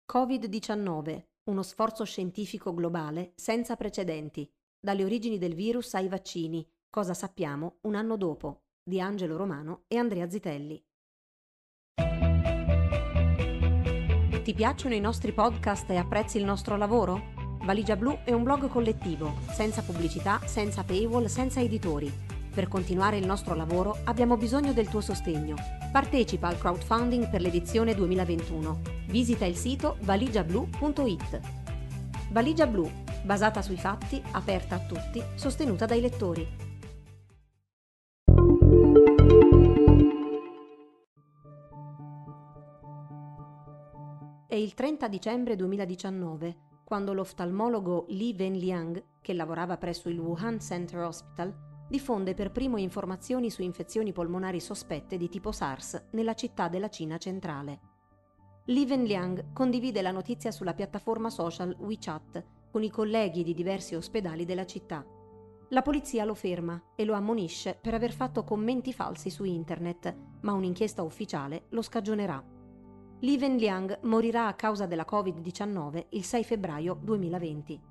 Covid-19, uno sforzo scientifico globale senza precedenti. Dalle origini del virus ai vaccini, cosa sappiamo un anno dopo, di Angelo Romano e Andrea Zitelli. Ti piacciono i nostri podcast e apprezzi il nostro lavoro? Valigia Blu è un blog collettivo, senza pubblicità, senza paywall, senza editori. Per continuare il nostro lavoro abbiamo bisogno del tuo sostegno. Partecipa al crowdfunding per l'edizione 2021. Visita il sito valigiablu.it. Valigia Blu, basata sui fatti, aperta a tutti, sostenuta dai lettori. È il 30 dicembre 2019, quando l'oftalmologo Li Wenliang, che lavorava presso il Wuhan Center Hospital, diffonde per primo informazioni su infezioni polmonari sospette di tipo SARS nella città della Cina centrale. Li Wenliang condivide la notizia sulla piattaforma social WeChat con i colleghi di diversi ospedali della città. La polizia lo ferma e lo ammonisce per aver fatto commenti falsi su internet, ma un'inchiesta ufficiale lo scagionerà. Li Wenliang morirà a causa della Covid-19 il 6 febbraio 2020.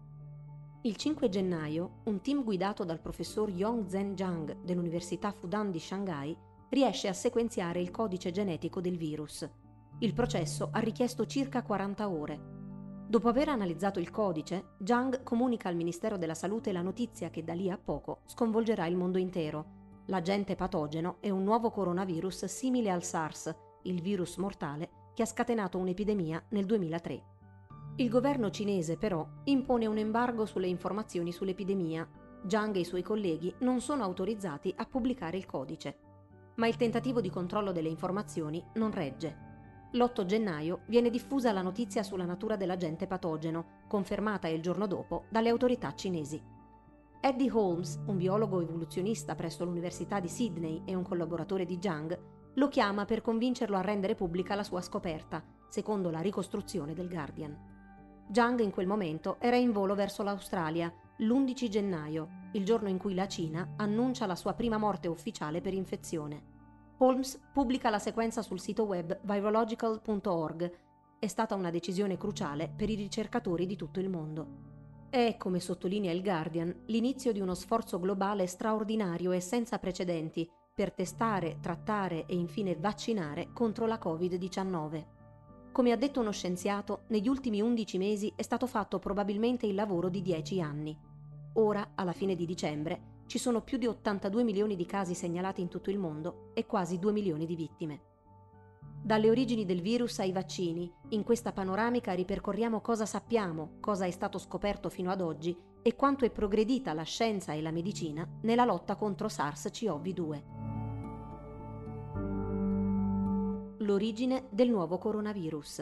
Il 5 gennaio, un team guidato dal professor Yongzhen Zhang dell'Università Fudan di Shanghai riesce a sequenziare il codice genetico del virus. Il processo ha richiesto circa 40 ore. Dopo aver analizzato il codice, Zhang comunica al Ministero della Salute la notizia che da lì a poco sconvolgerà il mondo intero. L'agente patogeno è un nuovo coronavirus simile al SARS, il virus mortale che ha scatenato un'epidemia nel 2003. Il governo cinese, però, impone un embargo sulle informazioni sull'epidemia. Zhang e i suoi colleghi non sono autorizzati a pubblicare il codice. Ma il tentativo di controllo delle informazioni non regge. L'8 gennaio viene diffusa la notizia sulla natura dell'agente patogeno, confermata il giorno dopo dalle autorità cinesi. Eddie Holmes, un biologo evoluzionista presso l'Università di Sydney e un collaboratore di Zhang, lo chiama per convincerlo a rendere pubblica la sua scoperta, secondo la ricostruzione del Guardian. Zhang in quel momento era in volo verso l'Australia, l'11 gennaio, il giorno in cui la Cina annuncia la sua prima morte ufficiale per infezione. Holmes pubblica la sequenza sul sito web virological.org. È stata una decisione cruciale per i ricercatori di tutto il mondo. È, come sottolinea il Guardian, l'inizio di uno sforzo globale straordinario e senza precedenti per testare, trattare e infine vaccinare contro la Covid-19. Come ha detto uno scienziato, negli ultimi 11 mesi è stato fatto probabilmente il lavoro di 10 anni. Ora, alla fine di dicembre, ci sono più di 82 milioni di casi segnalati in tutto il mondo e quasi 2 milioni di vittime. Dalle origini del virus ai vaccini, in questa panoramica ripercorriamo cosa sappiamo, cosa è stato scoperto fino ad oggi e quanto è progredita la scienza e la medicina nella lotta contro SARS-CoV-2. L'origine del nuovo coronavirus.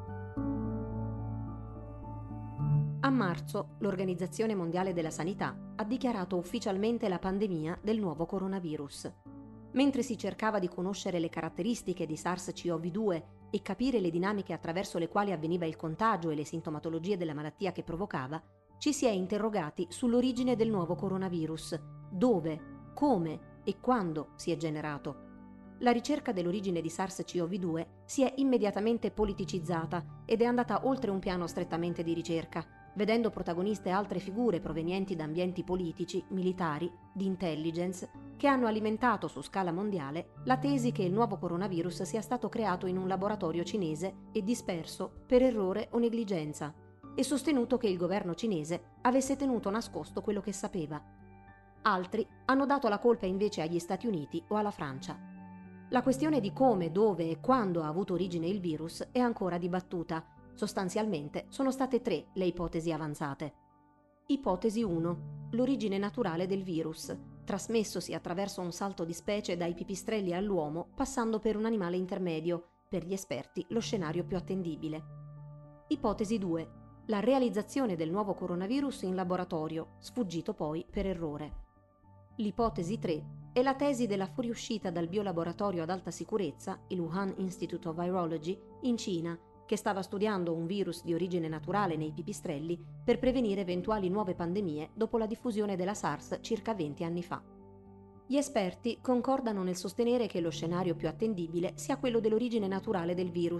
A marzo, l'Organizzazione Mondiale della Sanità ha dichiarato ufficialmente la pandemia del nuovo coronavirus. Mentre si cercava di conoscere le caratteristiche di SARS-CoV-2 e capire le dinamiche attraverso le quali avveniva il contagio e le sintomatologie della malattia che provocava, ci si è interrogati sull'origine del nuovo coronavirus, dove, come e quando si è generato. La ricerca dell'origine di SARS-CoV-2 si è immediatamente politicizzata ed è andata oltre un piano strettamente di ricerca, vedendo protagoniste altre figure provenienti da ambienti politici, militari, di intelligence, che hanno alimentato su scala mondiale la tesi che il nuovo coronavirus sia stato creato in un laboratorio cinese e disperso per errore o negligenza, e sostenuto che il governo cinese avesse tenuto nascosto quello che sapeva. Altri hanno dato la colpa invece agli Stati Uniti o alla Francia. La questione di come, dove e quando ha avuto origine il virus è ancora dibattuta. Sostanzialmente sono state 3 le ipotesi avanzate. Ipotesi 1. L'origine naturale del virus, trasmessosi attraverso un salto di specie dai pipistrelli all'uomo passando per un animale intermedio, per gli esperti lo scenario più attendibile. Ipotesi 2. La realizzazione del nuovo coronavirus in laboratorio, sfuggito poi per errore. L'ipotesi 3 è la tesi della fuoriuscita dal biolaboratorio ad alta sicurezza, il Wuhan Institute of Virology, in Cina, che stava studiando un virus di origine naturale nei pipistrelli per prevenire eventuali nuove pandemie dopo la diffusione della SARS circa 20 anni fa. Gli esperti concordano nel sostenere che lo scenario più attendibile sia quello dell'origine naturale del virus,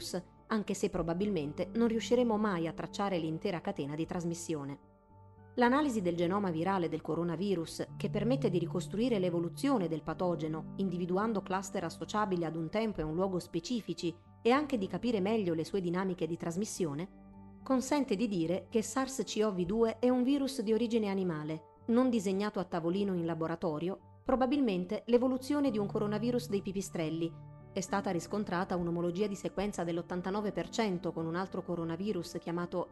anche se probabilmente non riusciremo mai a tracciare l'intera catena di trasmissione. L'analisi del genoma virale del coronavirus, che permette di ricostruire l'evoluzione del patogeno, individuando cluster associabili ad un tempo e un luogo specifici e anche di capire meglio le sue dinamiche di trasmissione, consente di dire che SARS-CoV-2 è un virus di origine animale, non disegnato a tavolino in laboratorio, probabilmente l'evoluzione di un coronavirus dei pipistrelli. È stata riscontrata un'omologia di sequenza dell'89% con un altro coronavirus chiamato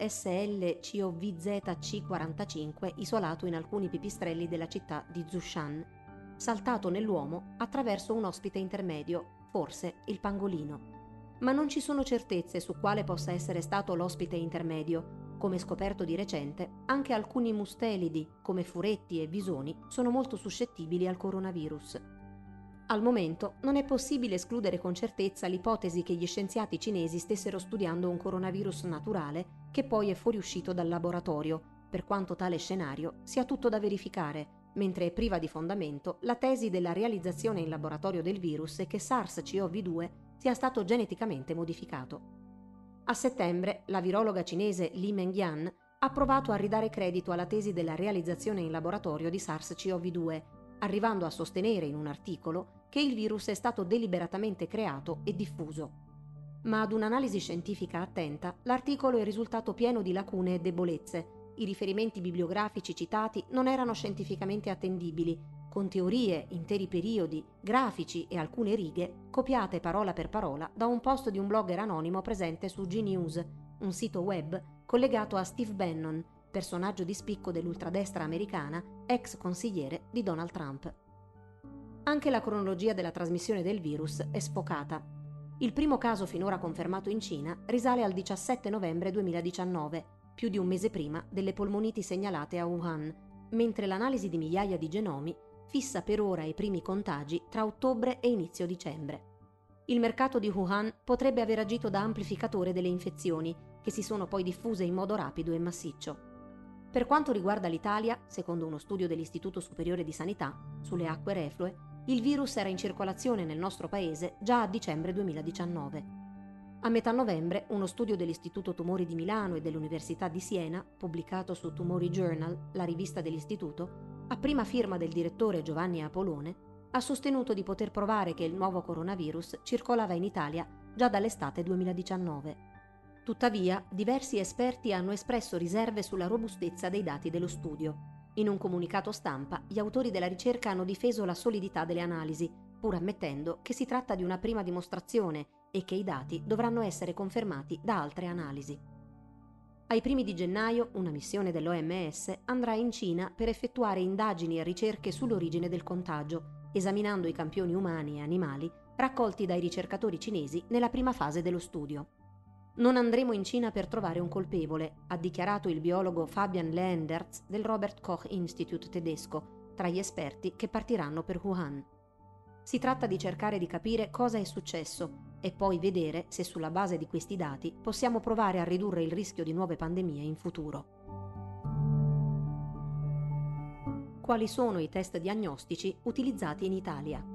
SL-CoVZC45 isolato in alcuni pipistrelli della città di Zhoushan, saltato nell'uomo attraverso un ospite intermedio, forse il pangolino. Ma non ci sono certezze su quale possa essere stato l'ospite intermedio. Come scoperto di recente, anche alcuni mustelidi, come furetti e visoni, sono molto suscettibili al coronavirus. Al momento non è possibile escludere con certezza l'ipotesi che gli scienziati cinesi stessero studiando un coronavirus naturale che poi è fuoriuscito dal laboratorio, per quanto tale scenario sia tutto da verificare, mentre è priva di fondamento la tesi della realizzazione in laboratorio del virus e che SARS-CoV-2 sia stato geneticamente modificato. A settembre, la virologa cinese Li Mengyan ha provato a ridare credito alla tesi della realizzazione in laboratorio di SARS-CoV-2, arrivando a sostenere in un articolo che il virus è stato deliberatamente creato e diffuso. Ma ad un'analisi scientifica attenta, l'articolo è risultato pieno di lacune e debolezze. I riferimenti bibliografici citati non erano scientificamente attendibili, con teorie, interi periodi, grafici e alcune righe copiate parola per parola da un post di un blogger anonimo presente su G-News, un sito web collegato a Steve Bannon, personaggio di spicco dell'ultradestra americana, ex consigliere di Donald Trump. Anche la cronologia della trasmissione del virus è sfocata. Il primo caso finora confermato in Cina risale al 17 novembre 2019, più di un mese prima delle polmoniti segnalate a Wuhan, mentre l'analisi di migliaia di genomi fissa per ora i primi contagi tra ottobre e inizio dicembre. Il mercato di Wuhan potrebbe aver agito da amplificatore delle infezioni, che si sono poi diffuse in modo rapido e massiccio. Per quanto riguarda l'Italia, secondo uno studio dell'Istituto Superiore di Sanità sulle acque reflue, il virus era in circolazione nel nostro paese già a dicembre 2019. A metà novembre, uno studio dell'Istituto Tumori di Milano e dell'Università di Siena, pubblicato su Tumori Journal, la rivista dell'Istituto, a prima firma del direttore Giovanni Apolone, ha sostenuto di poter provare che il nuovo coronavirus circolava in Italia già dall'estate 2019. Tuttavia, diversi esperti hanno espresso riserve sulla robustezza dei dati dello studio. In un comunicato stampa, gli autori della ricerca hanno difeso la solidità delle analisi, pur ammettendo che si tratta di una prima dimostrazione e che i dati dovranno essere confermati da altre analisi. Ai primi di gennaio, una missione dell'OMS andrà in Cina per effettuare indagini e ricerche sull'origine del contagio, esaminando i campioni umani e animali raccolti dai ricercatori cinesi nella prima fase dello studio. Non andremo in Cina per trovare un colpevole, ha dichiarato il biologo Fabian Leenders del Robert Koch Institute tedesco, tra gli esperti che partiranno per Wuhan. Si tratta di cercare di capire cosa è successo e poi vedere se sulla base di questi dati possiamo provare a ridurre il rischio di nuove pandemie in futuro. Quali sono i test diagnostici utilizzati in Italia?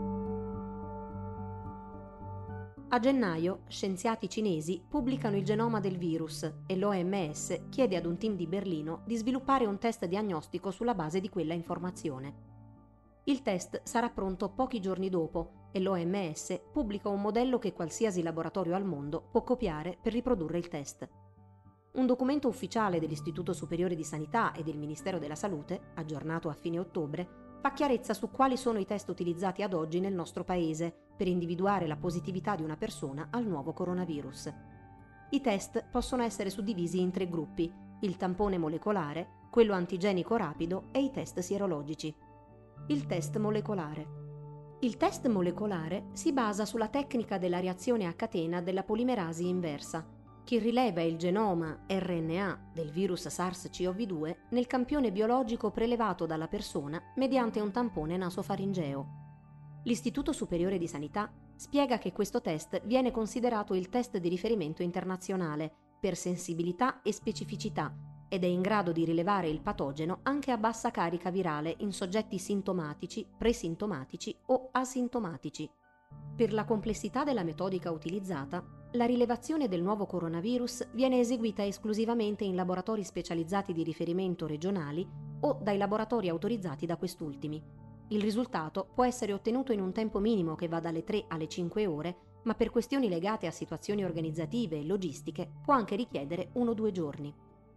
A gennaio, scienziati cinesi pubblicano il genoma del virus e l'OMS chiede ad un team di Berlino di sviluppare un test diagnostico sulla base di quella informazione. Il test sarà pronto pochi giorni dopo e l'OMS pubblica un modello che qualsiasi laboratorio al mondo può copiare per riprodurre il test. Un documento ufficiale dell'Istituto Superiore di Sanità e del Ministero della Salute, aggiornato a fine ottobre, fa chiarezza su quali sono i test utilizzati ad oggi nel nostro paese per individuare la positività di una persona al nuovo coronavirus. I test possono essere suddivisi in 3 gruppi: il tampone molecolare, quello antigenico rapido e i test sierologici. Il test molecolare. Il test molecolare si basa sulla tecnica della reazione a catena della polimerasi inversa, che rileva il genoma RNA del virus SARS-CoV-2 nel campione biologico prelevato dalla persona mediante un tampone nasofaringeo. L'Istituto Superiore di Sanità spiega che questo test viene considerato il test di riferimento internazionale per sensibilità e specificità ed è in grado di rilevare il patogeno anche a bassa carica virale in soggetti sintomatici, presintomatici o asintomatici. Per la complessità della metodica utilizzata, la rilevazione del nuovo coronavirus viene eseguita esclusivamente in laboratori specializzati di riferimento regionali o dai laboratori autorizzati da quest'ultimi. Il risultato può essere ottenuto in un tempo minimo che va dalle 3 alle 5 ore, ma per questioni legate a situazioni organizzative e logistiche può anche richiedere 1-2 giorni.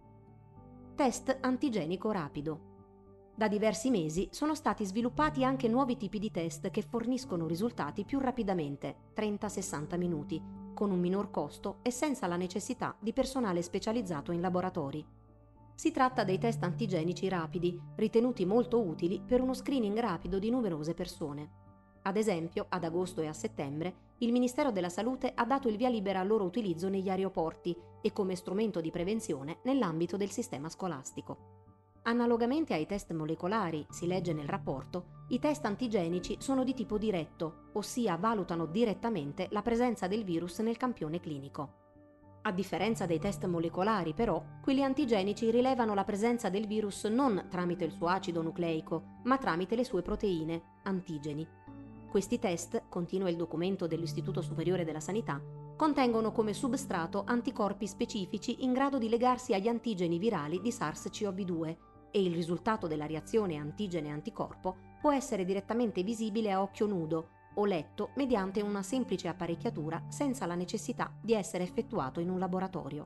Test antigenico rapido. Da diversi mesi sono stati sviluppati anche nuovi tipi di test che forniscono risultati più rapidamente, 30-60 minuti, con un minor costo e senza la necessità di personale specializzato in laboratori. Si tratta dei test antigenici rapidi, ritenuti molto utili per uno screening rapido di numerose persone. Ad esempio, ad agosto e a settembre, il Ministero della Salute ha dato il via libera al loro utilizzo negli aeroporti e come strumento di prevenzione nell'ambito del sistema scolastico. Analogamente ai test molecolari, si legge nel rapporto, i test antigenici sono di tipo diretto, ossia valutano direttamente la presenza del virus nel campione clinico. A differenza dei test molecolari, però, quelli antigenici rilevano la presenza del virus non tramite il suo acido nucleico, ma tramite le sue proteine, antigeni. Questi test, continua il documento dell'Istituto Superiore della Sanità, contengono come substrato anticorpi specifici in grado di legarsi agli antigeni virali di SARS-CoV-2 e il risultato della reazione antigene-anticorpo può essere direttamente visibile a occhio nudo o letto mediante una semplice apparecchiatura senza la necessità di essere effettuato in un laboratorio.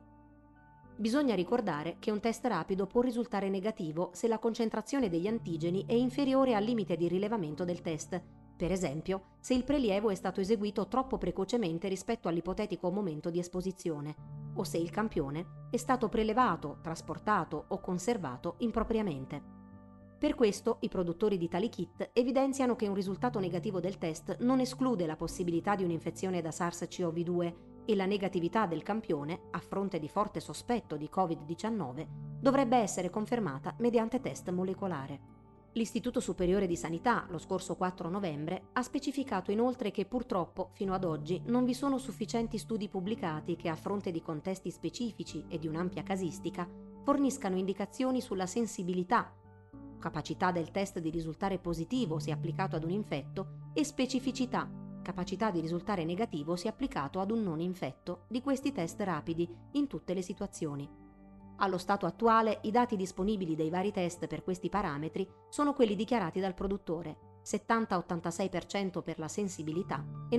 Bisogna ricordare che un test rapido può risultare negativo se la concentrazione degli antigeni è inferiore al limite di rilevamento del test, per esempio se il prelievo è stato eseguito troppo precocemente rispetto all'ipotetico momento di esposizione, o se il campione è stato prelevato, trasportato o conservato impropriamente. Per questo i produttori di tali kit evidenziano che un risultato negativo del test non esclude la possibilità di un'infezione da SARS-CoV-2 e la negatività del campione, a fronte di forte sospetto di Covid-19, dovrebbe essere confermata mediante test molecolare. L'Istituto Superiore di Sanità, lo scorso 4 novembre, ha specificato inoltre che purtroppo, fino ad oggi, non vi sono sufficienti studi pubblicati che, a fronte di contesti specifici e di un'ampia casistica, forniscano indicazioni sulla sensibilità, capacità del test di risultare positivo se applicato ad un infetto, e specificità, capacità di risultare negativo se applicato ad un non infetto, di questi test rapidi in tutte le situazioni. Allo stato attuale, i dati disponibili dei vari test per questi parametri sono quelli dichiarati dal produttore, 70-86% per la sensibilità e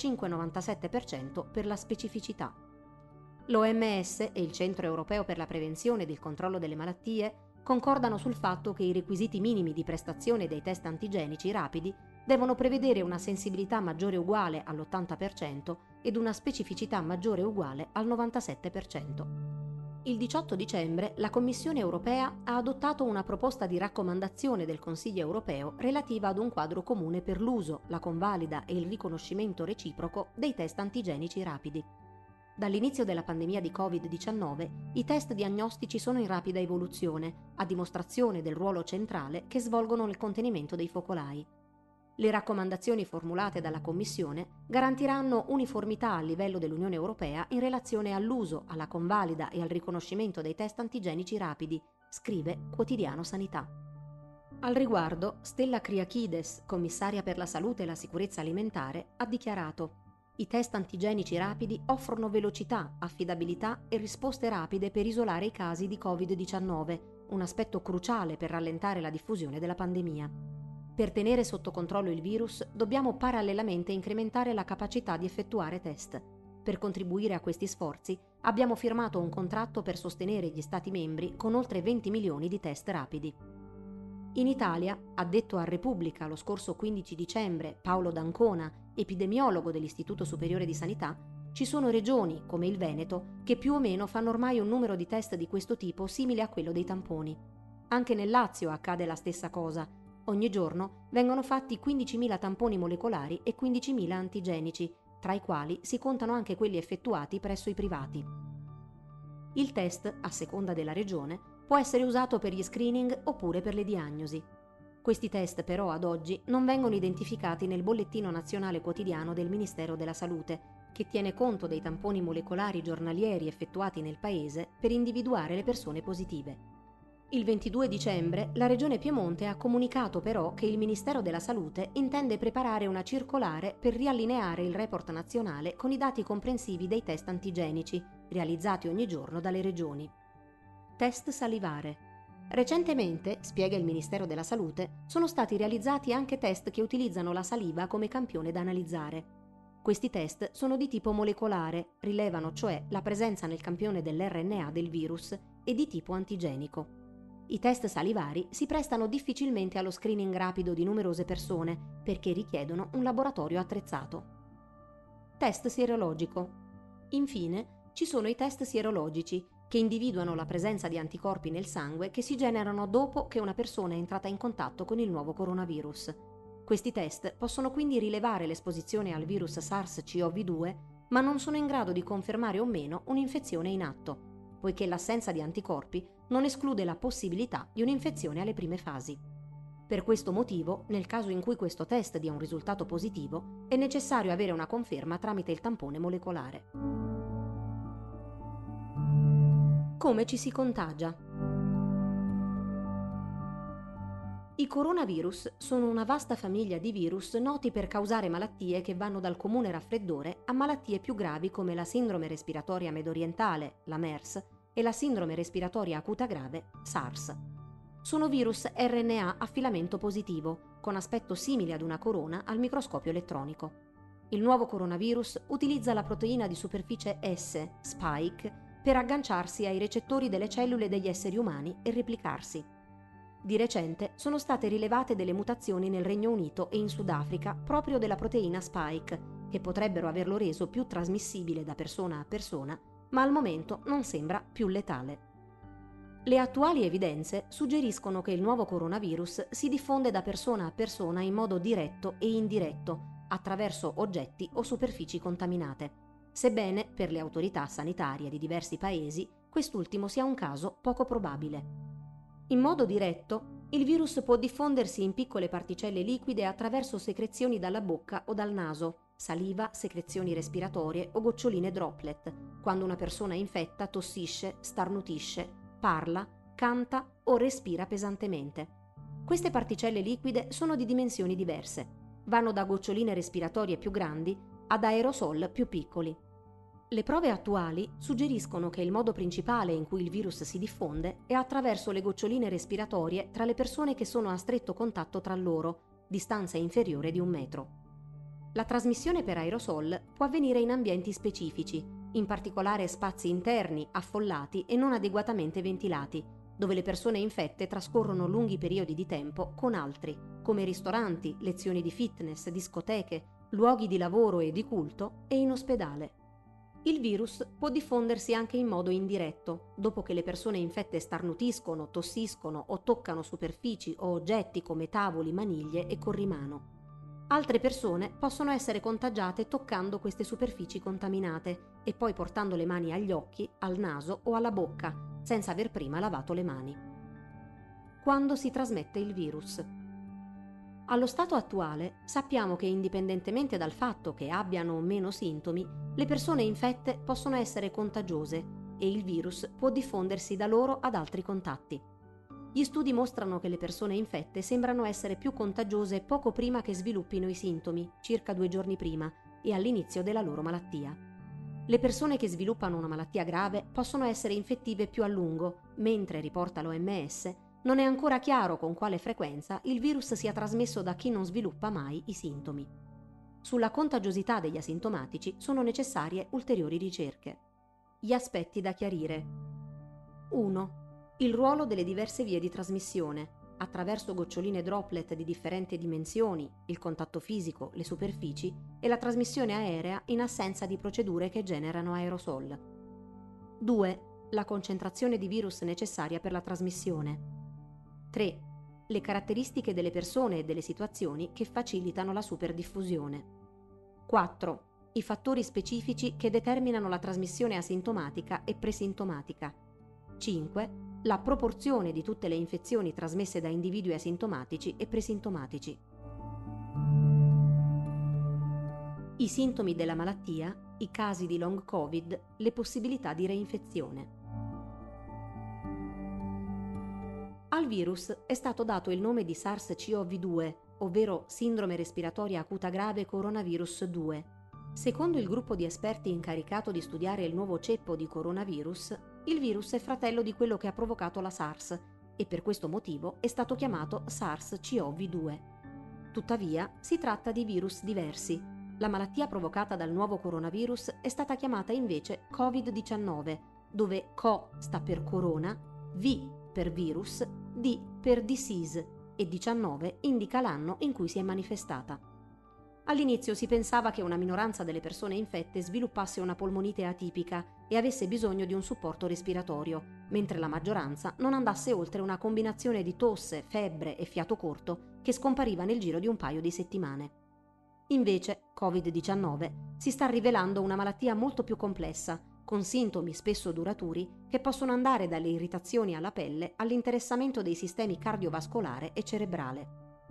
95-97% per la specificità. L'OMS e il Centro Europeo per la Prevenzione ed il Controllo delle Malattie concordano sul fatto che i requisiti minimi di prestazione dei test antigenici rapidi devono prevedere una sensibilità maggiore o uguale all'80% ed una specificità maggiore o uguale al 97%. Il 18 dicembre la Commissione europea ha adottato una proposta di raccomandazione del Consiglio europeo relativa ad un quadro comune per l'uso, la convalida e il riconoscimento reciproco dei test antigenici rapidi. Dall'inizio della pandemia di Covid-19, i test diagnostici sono in rapida evoluzione, a dimostrazione del ruolo centrale che svolgono nel contenimento dei focolai. Le raccomandazioni formulate dalla Commissione garantiranno uniformità a livello dell'Unione Europea in relazione all'uso, alla convalida e al riconoscimento dei test antigenici rapidi, scrive Quotidiano Sanità. Al riguardo, Stella Kyriakides, commissaria per la salute e la sicurezza alimentare, ha dichiarato: i test antigenici rapidi offrono velocità, affidabilità e risposte rapide per isolare i casi di Covid-19, un aspetto cruciale per rallentare la diffusione della pandemia. Per tenere sotto controllo il virus dobbiamo parallelamente incrementare la capacità di effettuare test. Per contribuire a questi sforzi abbiamo firmato un contratto per sostenere gli Stati membri con oltre 20 milioni di test rapidi. In Italia, ha detto a Repubblica lo scorso 15 dicembre Paolo D'Ancona, epidemiologo dell'Istituto Superiore di Sanità, ci sono regioni, come il Veneto, che più o meno fanno ormai un numero di test di questo tipo simile a quello dei tamponi. Anche nel Lazio accade la stessa cosa. Ogni giorno vengono fatti 15.000 tamponi molecolari e 15.000 antigenici, tra i quali si contano anche quelli effettuati presso i privati. Il test, a seconda della regione, può essere usato per gli screening oppure per le diagnosi. Questi test però ad oggi non vengono identificati nel bollettino nazionale quotidiano del Ministero della Salute, che tiene conto dei tamponi molecolari giornalieri effettuati nel Paese per individuare le persone positive. Il 22 dicembre la Regione Piemonte ha comunicato però che il Ministero della Salute intende preparare una circolare per riallineare il report nazionale con i dati comprensivi dei test antigenici, realizzati ogni giorno dalle regioni. Test salivare. Recentemente, spiega il Ministero della Salute, sono stati realizzati anche test che utilizzano la saliva come campione da analizzare. Questi test sono di tipo molecolare, rilevano cioè la presenza nel campione dell'RNA del virus e di tipo antigenico. I test salivari si prestano difficilmente allo screening rapido di numerose persone perché richiedono un laboratorio attrezzato. Test sierologico. Infine, ci sono i test sierologici, che individuano la presenza di anticorpi nel sangue che si generano dopo che una persona è entrata in contatto con il nuovo coronavirus. Questi test possono quindi rilevare l'esposizione al virus SARS-CoV-2, ma non sono in grado di confermare o meno un'infezione in atto, poiché l'assenza di anticorpi non esclude la possibilità di un'infezione alle prime fasi. Per questo motivo, nel caso in cui questo test dia un risultato positivo, è necessario avere una conferma tramite il tampone molecolare. Come ci si contagia? I coronavirus sono una vasta famiglia di virus noti per causare malattie che vanno dal comune raffreddore a malattie più gravi come la sindrome respiratoria mediorientale, la MERS, e la sindrome respiratoria acuta grave, SARS. Sono virus RNA a filamento positivo, con aspetto simile ad una corona al microscopio elettronico. Il nuovo coronavirus utilizza la proteina di superficie S, spike, per agganciarsi ai recettori delle cellule degli esseri umani e replicarsi. Di recente sono state rilevate delle mutazioni nel Regno Unito e in Sudafrica proprio della proteina spike, che potrebbero averlo reso più trasmissibile da persona a persona, ma al momento non sembra più letale. Le attuali evidenze suggeriscono che il nuovo coronavirus si diffonde da persona a persona in modo diretto e indiretto, attraverso oggetti o superfici contaminate, sebbene per le autorità sanitarie di diversi paesi quest'ultimo sia un caso poco probabile. In modo diretto, il virus può diffondersi in piccole particelle liquide attraverso secrezioni dalla bocca o dal naso, saliva, secrezioni respiratorie o goccioline droplet, quando una persona infetta tossisce, starnutisce, parla, canta o respira pesantemente. Queste particelle liquide sono di dimensioni diverse. Vanno da goccioline respiratorie più grandi ad aerosol più piccoli. Le prove attuali suggeriscono che il modo principale in cui il virus si diffonde è attraverso le goccioline respiratorie tra le persone che sono a stretto contatto tra loro, distanza inferiore di 1 metro. La trasmissione per aerosol può avvenire in ambienti specifici, in particolare spazi interni, affollati e non adeguatamente ventilati, dove le persone infette trascorrono lunghi periodi di tempo con altri, come ristoranti, lezioni di fitness, discoteche, luoghi di lavoro e di culto e in ospedale. Il virus può diffondersi anche in modo indiretto, dopo che le persone infette starnutiscono, tossiscono o toccano superfici o oggetti come tavoli, maniglie e corrimano. Altre persone possono essere contagiate toccando queste superfici contaminate e poi portando le mani agli occhi, al naso o alla bocca, senza aver prima lavato le mani. Quando si trasmette il virus? Allo stato attuale sappiamo che indipendentemente dal fatto che abbiano o meno sintomi, le persone infette possono essere contagiose e il virus può diffondersi da loro ad altri contatti. Gli studi mostrano che le persone infette sembrano essere più contagiose poco prima che sviluppino i sintomi, circa 2 giorni prima, e all'inizio della loro malattia. Le persone che sviluppano una malattia grave possono essere infettive più a lungo, mentre, riporta l'OMS, non è ancora chiaro con quale frequenza il virus sia trasmesso da chi non sviluppa mai i sintomi. Sulla contagiosità degli asintomatici sono necessarie ulteriori ricerche. Gli aspetti da chiarire. 1. Il ruolo delle diverse vie di trasmissione, attraverso goccioline droplet di differenti dimensioni, il contatto fisico, le superfici e la trasmissione aerea in assenza di procedure che generano aerosol. 2. La concentrazione di virus necessaria per la trasmissione. 3. Le caratteristiche delle persone e delle situazioni che facilitano la superdiffusione. 4. I fattori specifici che determinano la trasmissione asintomatica e presintomatica. 5. La proporzione di tutte le infezioni trasmesse da individui asintomatici e presintomatici. I sintomi della malattia, i casi di long Covid, le possibilità di reinfezione. Al virus è stato dato il nome di SARS-CoV-2, ovvero Sindrome respiratoria acuta grave coronavirus 2. Secondo il gruppo di esperti incaricato di studiare il nuovo ceppo di coronavirus, il virus è fratello di quello che ha provocato la SARS e per questo motivo è stato chiamato SARS-CoV-2. Tuttavia, si tratta di virus diversi. La malattia provocata dal nuovo coronavirus è stata chiamata invece Covid-19, dove CO sta per corona, V per virus, D per disease e 19 indica l'anno in cui si è manifestata. All'inizio si pensava che una minoranza delle persone infette sviluppasse una polmonite atipica e avesse bisogno di un supporto respiratorio, mentre la maggioranza non andasse oltre una combinazione di tosse, febbre e fiato corto che scompariva nel giro di un paio di settimane. Invece, Covid-19 si sta rivelando una malattia molto più complessa, con sintomi spesso duraturi che possono andare dalle irritazioni alla pelle all'interessamento dei sistemi cardiovascolare e cerebrale.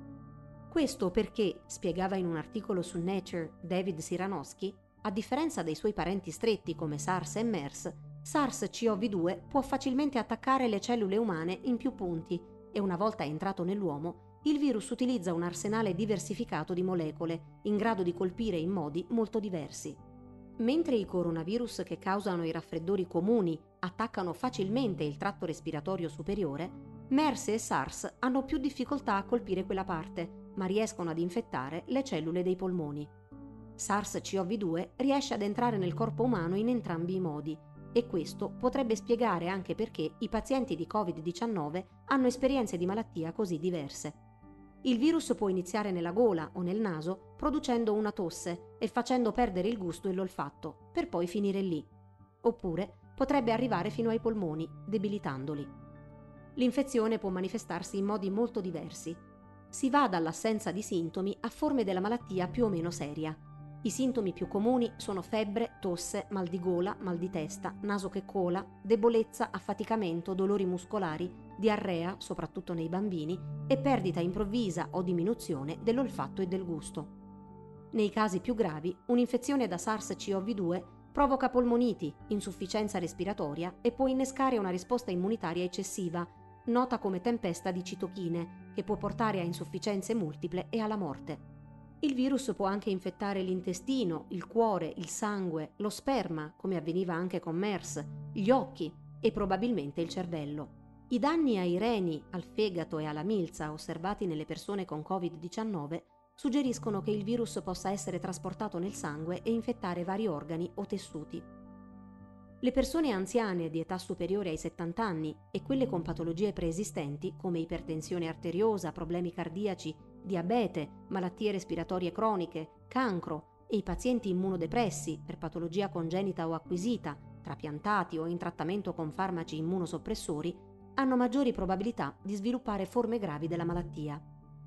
Questo perché, spiegava in un articolo su Nature David Siranowski, a differenza dei suoi parenti stretti come SARS e MERS, SARS-CoV-2 può facilmente attaccare le cellule umane in più punti e una volta entrato nell'uomo, il virus utilizza un arsenale diversificato di molecole, in grado di colpire in modi molto diversi. Mentre i coronavirus che causano i raffreddori comuni attaccano facilmente il tratto respiratorio superiore, MERS e SARS hanno più difficoltà a colpire quella parte, ma riescono ad infettare le cellule dei polmoni. SARS-CoV-2 riesce ad entrare nel corpo umano in entrambi i modi, e questo potrebbe spiegare anche perché i pazienti di Covid-19 hanno esperienze di malattia così diverse. Il virus può iniziare nella gola o nel naso producendo una tosse e facendo perdere il gusto e l'olfatto, per poi finire lì. Oppure potrebbe arrivare fino ai polmoni, debilitandoli. L'infezione può manifestarsi in modi molto diversi. Si va dall'assenza di sintomi a forme della malattia più o meno seria. I sintomi più comuni sono febbre, tosse, mal di gola, mal di testa, naso che cola, debolezza, affaticamento, dolori muscolari, diarrea, soprattutto nei bambini, e perdita improvvisa o diminuzione dell'olfatto e del gusto. Nei casi più gravi, un'infezione da SARS-CoV-2 provoca polmoniti, insufficienza respiratoria e può innescare una risposta immunitaria eccessiva, nota come tempesta di citochine, che può portare a insufficienze multiple e alla morte. Il virus può anche infettare l'intestino, il cuore, il sangue, lo sperma, come avveniva anche con MERS, gli occhi e probabilmente il cervello. I danni ai reni, al fegato e alla milza osservati nelle persone con Covid-19 suggeriscono che il virus possa essere trasportato nel sangue e infettare vari organi o tessuti. Le persone anziane di età superiore ai 70 anni e quelle con patologie preesistenti come ipertensione arteriosa, problemi cardiaci, diabete, malattie respiratorie croniche, cancro e i pazienti immunodepressi per patologia congenita o acquisita, trapiantati o in trattamento con farmaci immunosoppressori, hanno maggiori probabilità di sviluppare forme gravi della malattia.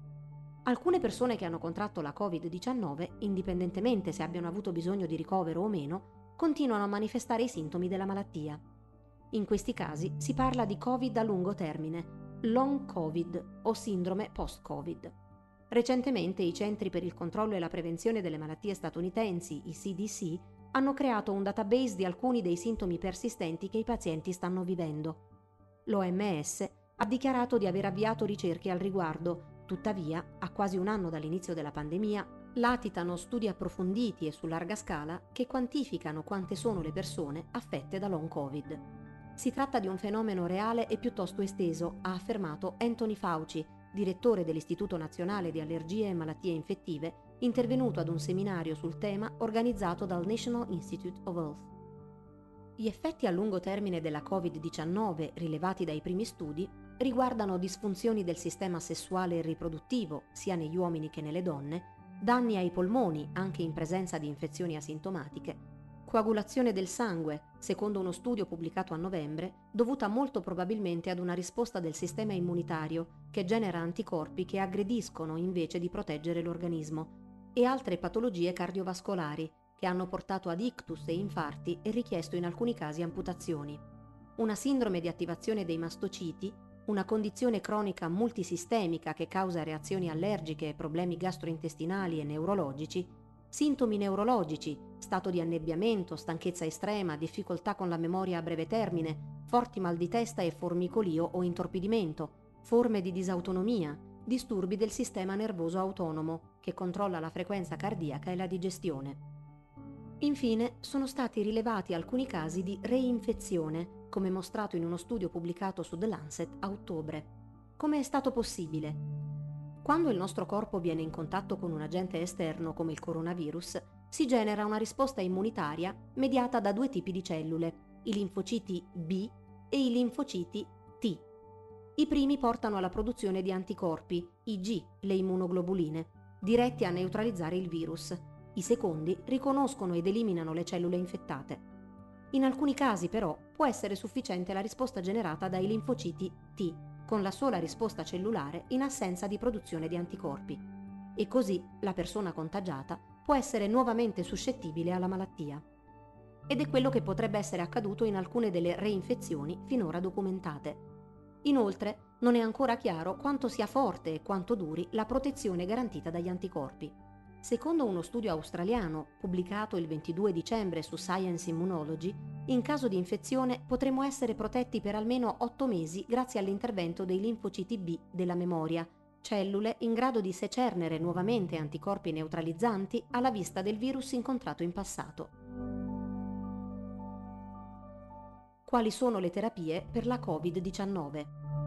Alcune persone che hanno contratto la Covid-19, indipendentemente se abbiano avuto bisogno di ricovero o meno, continuano a manifestare i sintomi della malattia. In questi casi si parla di Covid a lungo termine, long Covid o sindrome post-Covid. Recentemente i Centri per il controllo e la prevenzione delle malattie statunitensi, i CDC, hanno creato un database di alcuni dei sintomi persistenti che i pazienti stanno vivendo. L'OMS ha dichiarato di aver avviato ricerche al riguardo, tuttavia, a quasi un anno dall'inizio della pandemia, latitano studi approfonditi e su larga scala che quantificano quante sono le persone affette da long Covid. Si tratta di un fenomeno reale e piuttosto esteso, ha affermato Anthony Fauci, direttore dell'Istituto Nazionale di Allergie e Malattie Infettive, intervenuto ad un seminario sul tema organizzato dal National Institute of Health. Gli effetti a lungo termine della Covid-19 rilevati dai primi studi riguardano disfunzioni del sistema sessuale e riproduttivo, sia negli uomini che nelle donne, danni ai polmoni, anche in presenza di infezioni asintomatiche, coagulazione del sangue, secondo uno studio pubblicato a novembre, dovuta molto probabilmente ad una risposta del sistema immunitario che genera anticorpi che aggrediscono invece di proteggere l'organismo, e altre patologie cardiovascolari che hanno portato ad ictus e infarti e richiesto in alcuni casi amputazioni. Una sindrome di attivazione dei mastociti, una condizione cronica multisistemica che causa reazioni allergiche, problemi gastrointestinali e neurologici, sintomi neurologici, stato di annebbiamento, stanchezza estrema, difficoltà con la memoria a breve termine, forti mal di testa e formicolio o intorpidimento, forme di disautonomia, disturbi del sistema nervoso autonomo, che controlla la frequenza cardiaca e la digestione. Infine, sono stati rilevati alcuni casi di reinfezione, come mostrato in uno studio pubblicato su The Lancet a ottobre. Come è stato possibile? Quando il nostro corpo viene in contatto con un agente esterno come il coronavirus, si genera una risposta immunitaria mediata da due tipi di cellule, i linfociti B e i linfociti T. I primi portano alla produzione di anticorpi, Ig, le immunoglobuline, diretti a neutralizzare il virus. I secondi riconoscono ed eliminano le cellule infettate. In alcuni casi, però, può essere sufficiente la risposta generata dai linfociti T, con la sola risposta cellulare in assenza di produzione di anticorpi. E così la persona contagiata può essere nuovamente suscettibile alla malattia. Ed è quello che potrebbe essere accaduto in alcune delle reinfezioni finora documentate. Inoltre, non è ancora chiaro quanto sia forte e quanto duri la protezione garantita dagli anticorpi. Secondo uno studio australiano, pubblicato il 22 dicembre su Science Immunology, in caso di infezione potremo essere protetti per almeno 8 mesi grazie all'intervento dei linfociti B della memoria, cellule in grado di secernere nuovamente anticorpi neutralizzanti alla vista del virus incontrato in passato. Quali sono le terapie per la Covid-19?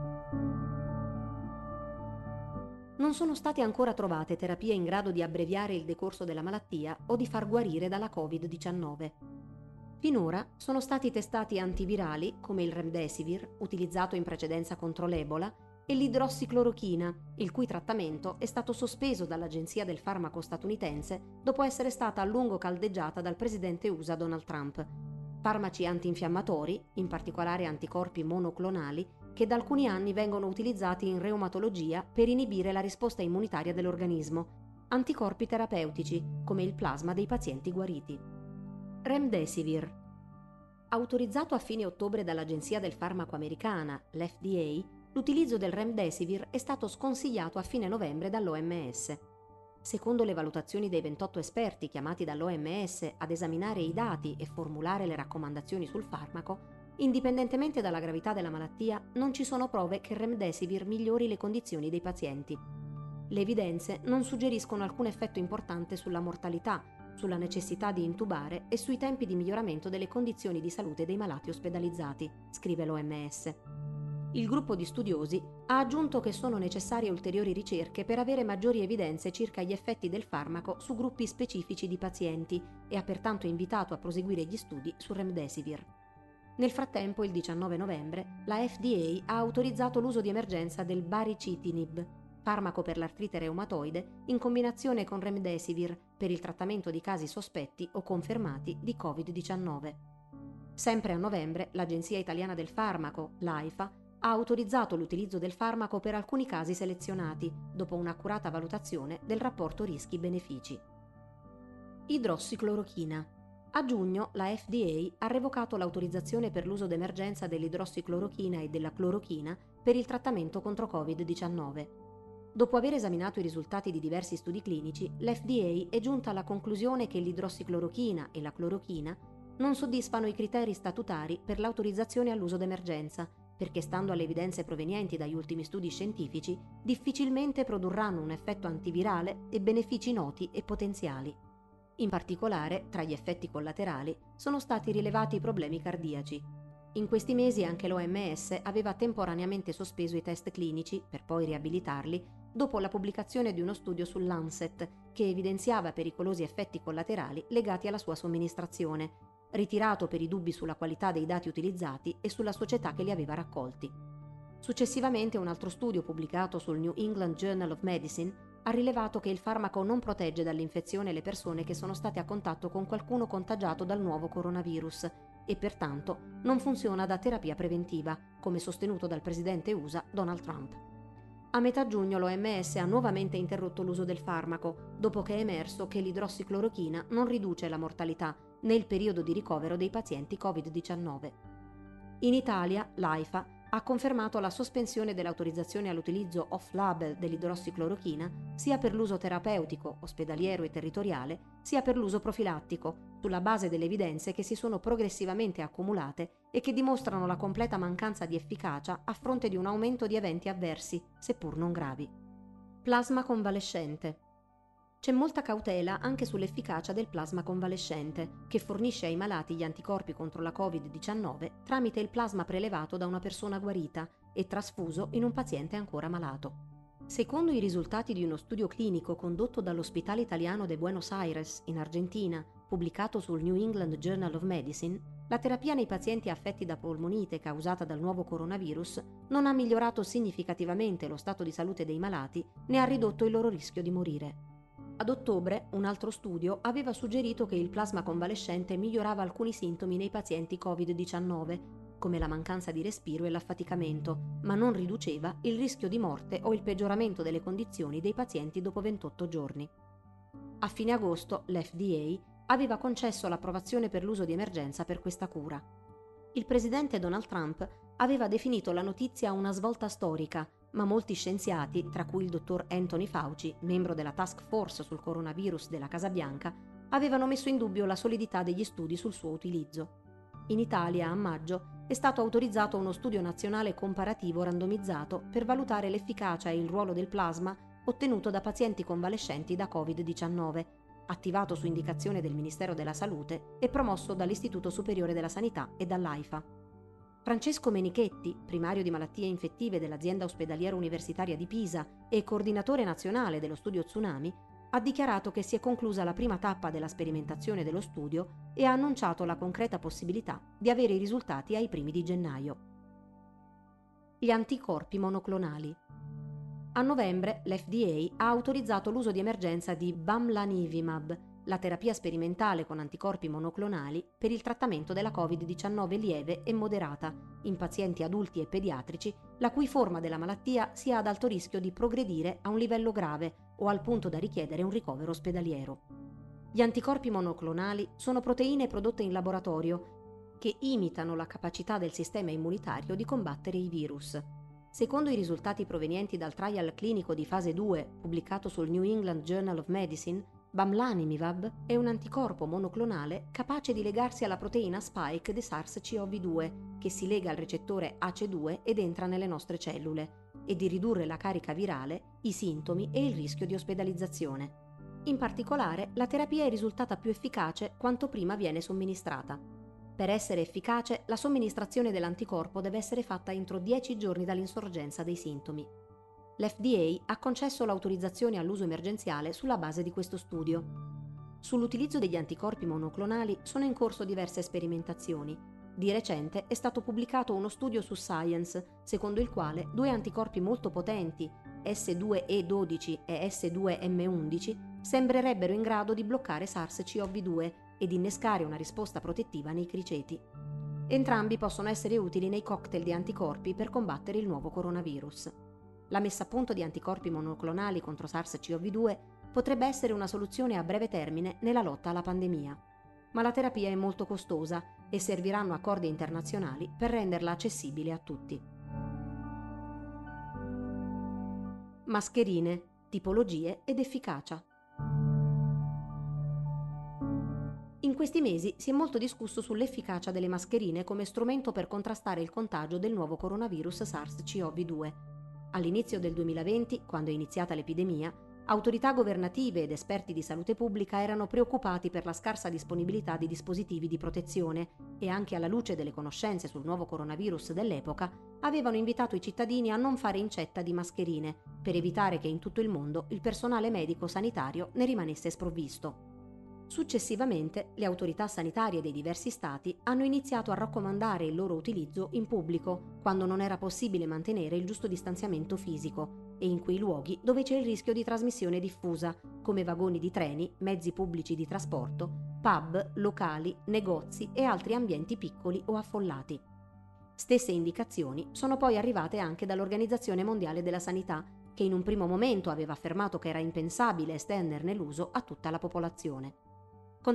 Non sono state ancora trovate terapie in grado di abbreviare il decorso della malattia o di far guarire dalla Covid-19. Finora sono stati testati antivirali come il Remdesivir, utilizzato in precedenza contro l'Ebola, e l'idrossiclorochina, il cui trattamento è stato sospeso dall'Agenzia del Farmaco statunitense dopo essere stata a lungo caldeggiata dal presidente USA Donald Trump. Farmaci antinfiammatori, in particolare anticorpi monoclonali, che da alcuni anni vengono utilizzati in reumatologia per inibire la risposta immunitaria dell'organismo, anticorpi terapeutici, come il plasma dei pazienti guariti. Remdesivir. Autorizzato a fine ottobre dall'Agenzia del Farmaco americana, l'FDA, l'utilizzo del Remdesivir è stato sconsigliato a fine novembre dall'OMS. Secondo le valutazioni dei 28 esperti chiamati dall'OMS ad esaminare i dati e formulare le raccomandazioni sul farmaco, indipendentemente dalla gravità della malattia, non ci sono prove che il Remdesivir migliori le condizioni dei pazienti. Le evidenze non suggeriscono alcun effetto importante sulla mortalità, sulla necessità di intubare e sui tempi di miglioramento delle condizioni di salute dei malati ospedalizzati, scrive l'OMS. Il gruppo di studiosi ha aggiunto che sono necessarie ulteriori ricerche per avere maggiori evidenze circa gli effetti del farmaco su gruppi specifici di pazienti e ha pertanto invitato a proseguire gli studi su Remdesivir. Nel frattempo, il 19 novembre, la FDA ha autorizzato l'uso di emergenza del baricitinib, farmaco per l'artrite reumatoide, in combinazione con Remdesivir per il trattamento di casi sospetti o confermati di Covid-19. Sempre a novembre, l'Agenzia Italiana del Farmaco, l'AIFA, ha autorizzato l'utilizzo del farmaco per alcuni casi selezionati, dopo un'accurata valutazione del rapporto rischi-benefici. Idrossiclorochina. A giugno la FDA ha revocato l'autorizzazione per l'uso d'emergenza dell'idrossiclorochina e della clorochina per il trattamento contro Covid-19. Dopo aver esaminato i risultati di diversi studi clinici, l'FDA è giunta alla conclusione che l'idrossiclorochina e la clorochina non soddisfano i criteri statutari per l'autorizzazione all'uso d'emergenza, perché stando alle evidenze provenienti dagli ultimi studi scientifici, difficilmente produrranno un effetto antivirale e benefici noti e potenziali. In particolare, tra gli effetti collaterali, sono stati rilevati problemi cardiaci. In questi mesi anche l'OMS aveva temporaneamente sospeso i test clinici, per poi riabilitarli, dopo la pubblicazione di uno studio sul Lancet che evidenziava pericolosi effetti collaterali legati alla sua somministrazione, ritirato per i dubbi sulla qualità dei dati utilizzati e sulla società che li aveva raccolti. Successivamente un altro studio pubblicato sul New England Journal of Medicine ha rilevato che il farmaco non protegge dall'infezione le persone che sono state a contatto con qualcuno contagiato dal nuovo coronavirus e pertanto non funziona da terapia preventiva, come sostenuto dal presidente USA Donald Trump. A metà giugno l'OMS ha nuovamente interrotto l'uso del farmaco, dopo che è emerso che l'idrossiclorochina non riduce la mortalità nel periodo di ricovero dei pazienti Covid-19. In Italia, l'AIFA ha confermato la sospensione dell'autorizzazione all'utilizzo off-label dell'idrossiclorochina sia per l'uso terapeutico, ospedaliero e territoriale, sia per l'uso profilattico, sulla base delle evidenze che si sono progressivamente accumulate e che dimostrano la completa mancanza di efficacia a fronte di un aumento di eventi avversi, seppur non gravi. Plasma convalescente. C'è molta cautela anche sull'efficacia del plasma convalescente, che fornisce ai malati gli anticorpi contro la Covid-19 tramite il plasma prelevato da una persona guarita e trasfuso in un paziente ancora malato. Secondo i risultati di uno studio clinico condotto dall'Ospedale Italiano de Buenos Aires, in Argentina, pubblicato sul New England Journal of Medicine, la terapia nei pazienti affetti da polmonite causata dal nuovo coronavirus non ha migliorato significativamente lo stato di salute dei malati né ha ridotto il loro rischio di morire. Ad ottobre, un altro studio aveva suggerito che il plasma convalescente migliorava alcuni sintomi nei pazienti Covid-19, come la mancanza di respiro e l'affaticamento, ma non riduceva il rischio di morte o il peggioramento delle condizioni dei pazienti dopo 28 giorni. A fine agosto, l'FDA aveva concesso l'approvazione per l'uso di emergenza per questa cura. Il presidente Donald Trump aveva definito la notizia una svolta storica, ma molti scienziati, tra cui il dottor Anthony Fauci, membro della task force sul coronavirus della Casa Bianca, avevano messo in dubbio la solidità degli studi sul suo utilizzo. In Italia, a maggio, è stato autorizzato uno studio nazionale comparativo randomizzato per valutare l'efficacia e il ruolo del plasma ottenuto da pazienti convalescenti da Covid-19, attivato su indicazione del Ministero della Salute e promosso dall'Istituto Superiore della Sanità e dall'AIFA. Francesco Menichetti, primario di malattie infettive dell'azienda ospedaliera universitaria di Pisa e coordinatore nazionale dello studio Tsunami, ha dichiarato che si è conclusa la prima tappa della sperimentazione dello studio e ha annunciato la concreta possibilità di avere i risultati ai primi di gennaio. Gli anticorpi monoclonali. A novembre l'FDA ha autorizzato l'uso di emergenza di Bamlanivimab, la terapia sperimentale con anticorpi monoclonali per il trattamento della Covid-19 lieve e moderata in pazienti adulti e pediatrici la cui forma della malattia sia ad alto rischio di progredire a un livello grave o al punto da richiedere un ricovero ospedaliero. Gli anticorpi monoclonali sono proteine prodotte in laboratorio che imitano la capacità del sistema immunitario di combattere i virus. Secondo i risultati provenienti dal trial clinico di fase 2 pubblicato sul New England Journal of Medicine, Bamlanivimab è un anticorpo monoclonale capace di legarsi alla proteina spike di SARS-CoV-2 che si lega al recettore AC2 ed entra nelle nostre cellule e di ridurre la carica virale, i sintomi e il rischio di ospedalizzazione. In particolare, la terapia è risultata più efficace quanto prima viene somministrata. Per essere efficace, la somministrazione dell'anticorpo deve essere fatta entro 10 giorni dall'insorgenza dei sintomi. L'FDA ha concesso l'autorizzazione all'uso emergenziale sulla base di questo studio. Sull'utilizzo degli anticorpi monoclonali sono in corso diverse sperimentazioni. Di recente è stato pubblicato uno studio su Science, secondo il quale due anticorpi molto potenti, S2E12 e S2M11, sembrerebbero in grado di bloccare SARS-CoV-2 ed innescare una risposta protettiva nei criceti. Entrambi possono essere utili nei cocktail di anticorpi per combattere il nuovo coronavirus. La messa a punto di anticorpi monoclonali contro SARS-CoV-2 potrebbe essere una soluzione a breve termine nella lotta alla pandemia. Ma la terapia è molto costosa e serviranno accordi internazionali per renderla accessibile a tutti. Mascherine, tipologie ed efficacia. In questi mesi si è molto discusso sull'efficacia delle mascherine come strumento per contrastare il contagio del nuovo coronavirus SARS-CoV-2. All'inizio del 2020, quando è iniziata l'epidemia, autorità governative ed esperti di salute pubblica erano preoccupati per la scarsa disponibilità di dispositivi di protezione e anche alla luce delle conoscenze sul nuovo coronavirus dell'epoca, avevano invitato i cittadini a non fare incetta di mascherine per evitare che in tutto il mondo il personale medico sanitario ne rimanesse sprovvisto. Successivamente, le autorità sanitarie dei diversi stati hanno iniziato a raccomandare il loro utilizzo in pubblico quando non era possibile mantenere il giusto distanziamento fisico e in quei luoghi dove c'è il rischio di trasmissione diffusa, come vagoni di treni, mezzi pubblici di trasporto, pub, locali, negozi e altri ambienti piccoli o affollati. Stesse indicazioni sono poi arrivate anche dall'Organizzazione Mondiale della Sanità, che in un primo momento aveva affermato che era impensabile estenderne l'uso a tutta la popolazione.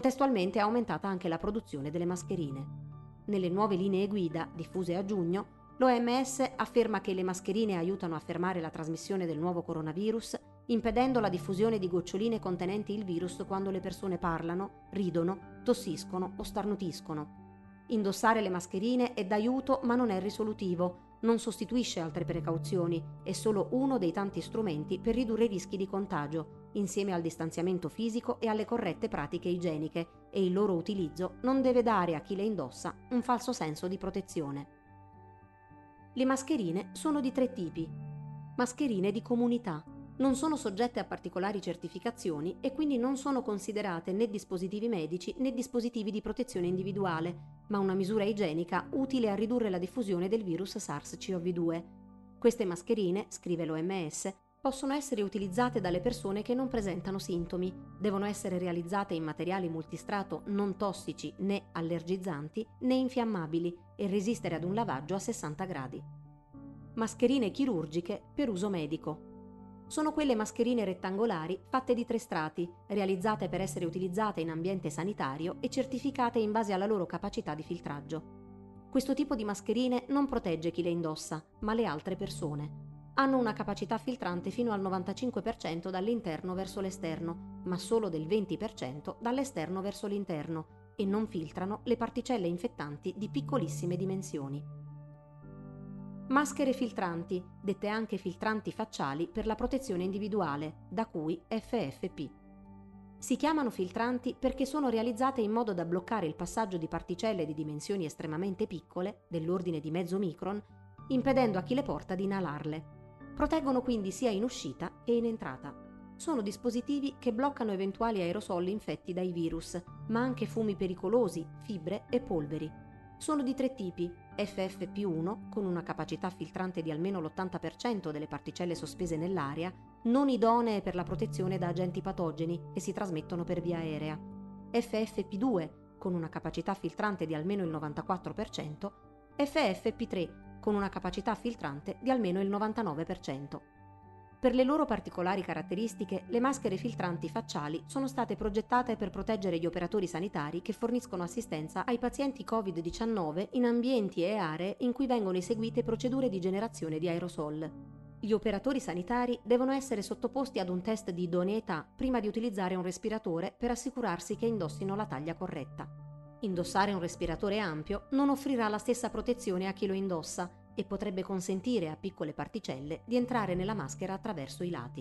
Contestualmente è aumentata anche la produzione delle mascherine. Nelle nuove linee guida, diffuse a giugno, L'OMS afferma che le mascherine aiutano a fermare la trasmissione del nuovo coronavirus, impedendo la diffusione di goccioline contenenti il virus quando le persone parlano, ridono, tossiscono o starnutiscono. Indossare le mascherine è d'aiuto ma non è risolutivo, non sostituisce altre precauzioni, è solo uno dei tanti strumenti per ridurre i rischi di contagio, insieme al distanziamento fisico e alle corrette pratiche igieniche, e il loro utilizzo non deve dare a chi le indossa un falso senso di protezione. Le mascherine sono di 3 tipi. Mascherine di comunità. Non sono soggette a particolari certificazioni e quindi non sono considerate né dispositivi medici né dispositivi di protezione individuale, ma una misura igienica utile a ridurre la diffusione del virus SARS-CoV-2. Queste mascherine, scrive l'OMS, possono essere utilizzate dalle persone che non presentano sintomi, devono essere realizzate in materiali multistrato non tossici né allergizzanti né infiammabili e resistere ad un lavaggio a 60 gradi. Mascherine chirurgiche per uso medico. Sono quelle mascherine rettangolari fatte di 3 strati, realizzate per essere utilizzate in ambiente sanitario e certificate in base alla loro capacità di filtraggio. Questo tipo di mascherine non protegge chi le indossa, ma le altre persone. Hanno una capacità filtrante fino al 95% dall'interno verso l'esterno, ma solo del 20% dall'esterno verso l'interno, e non filtrano le particelle infettanti di piccolissime dimensioni. Maschere filtranti, dette anche filtranti facciali per la protezione individuale, da cui FFP. Si chiamano filtranti perché sono realizzate in modo da bloccare il passaggio di particelle di dimensioni estremamente piccole, dell'ordine di mezzo micron, impedendo a chi le porta di inalarle. Proteggono quindi sia in uscita che in entrata. Sono dispositivi che bloccano eventuali aerosol infetti dai virus, ma anche fumi pericolosi, fibre e polveri. Sono di 3 tipi: FFP1, con una capacità filtrante di almeno l'80% delle particelle sospese nell'aria, non idonee per la protezione da agenti patogeni che si trasmettono per via aerea; FFP2, con una capacità filtrante di almeno il 94%, FFP3, con una capacità filtrante di almeno il 99%. Per le loro particolari caratteristiche, le maschere filtranti facciali sono state progettate per proteggere gli operatori sanitari che forniscono assistenza ai pazienti Covid-19 in ambienti e aree in cui vengono eseguite procedure di generazione di aerosol. Gli operatori sanitari devono essere sottoposti ad un test di idoneità prima di utilizzare un respiratore per assicurarsi che indossino la taglia corretta. Indossare un respiratore ampio non offrirà la stessa protezione a chi lo indossa e potrebbe consentire a piccole particelle di entrare nella maschera attraverso i lati.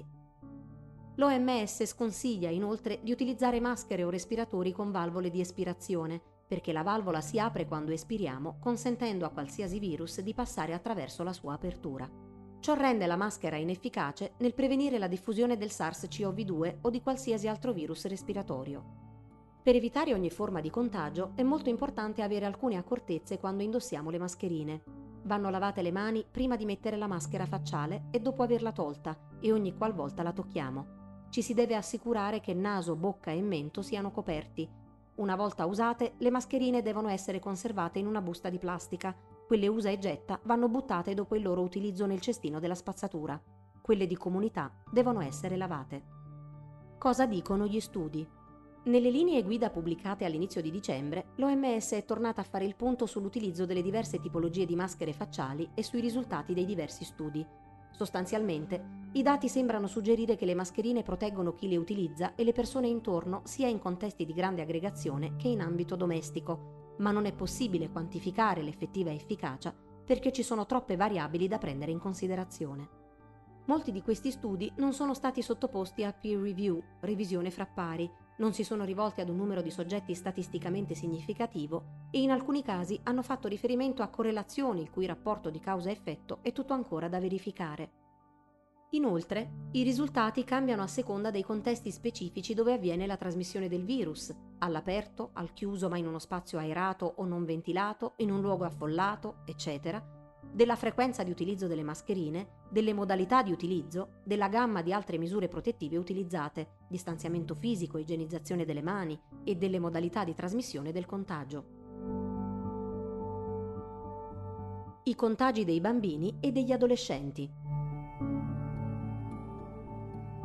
L'OMS sconsiglia inoltre di utilizzare maschere o respiratori con valvole di espirazione, perché la valvola si apre quando espiriamo, consentendo a qualsiasi virus di passare attraverso la sua apertura. Ciò rende la maschera inefficace nel prevenire la diffusione del SARS-CoV-2 o di qualsiasi altro virus respiratorio. Per evitare ogni forma di contagio è molto importante avere alcune accortezze quando indossiamo le mascherine. Vanno lavate le mani prima di mettere la maschera facciale e dopo averla tolta, e ogni qualvolta la tocchiamo. Ci si deve assicurare che naso, bocca e mento siano coperti. Una volta usate, le mascherine devono essere conservate in una busta di plastica. Quelle usa e getta vanno buttate dopo il loro utilizzo nel cestino della spazzatura. Quelle di comunità devono essere lavate. Cosa dicono gli studi? Nelle linee guida pubblicate all'inizio di dicembre, l'OMS è tornata a fare il punto sull'utilizzo delle diverse tipologie di maschere facciali e sui risultati dei diversi studi. Sostanzialmente, i dati sembrano suggerire che le mascherine proteggono chi le utilizza e le persone intorno sia in contesti di grande aggregazione che in ambito domestico, ma non è possibile quantificare l'effettiva efficacia perché ci sono troppe variabili da prendere in considerazione. Molti di questi studi non sono stati sottoposti a peer review, revisione fra pari, non si sono rivolti ad un numero di soggetti statisticamente significativo e in alcuni casi hanno fatto riferimento a correlazioni il cui rapporto di causa-effetto è tutto ancora da verificare. Inoltre, i risultati cambiano a seconda dei contesti specifici dove avviene la trasmissione del virus, all'aperto, al chiuso ma in uno spazio aerato o non ventilato, in un luogo affollato, eccetera, della frequenza di utilizzo delle mascherine, delle modalità di utilizzo, della gamma di altre misure protettive utilizzate, distanziamento fisico, igienizzazione delle mani e delle modalità di trasmissione del contagio. I contagi dei bambini e degli adolescenti.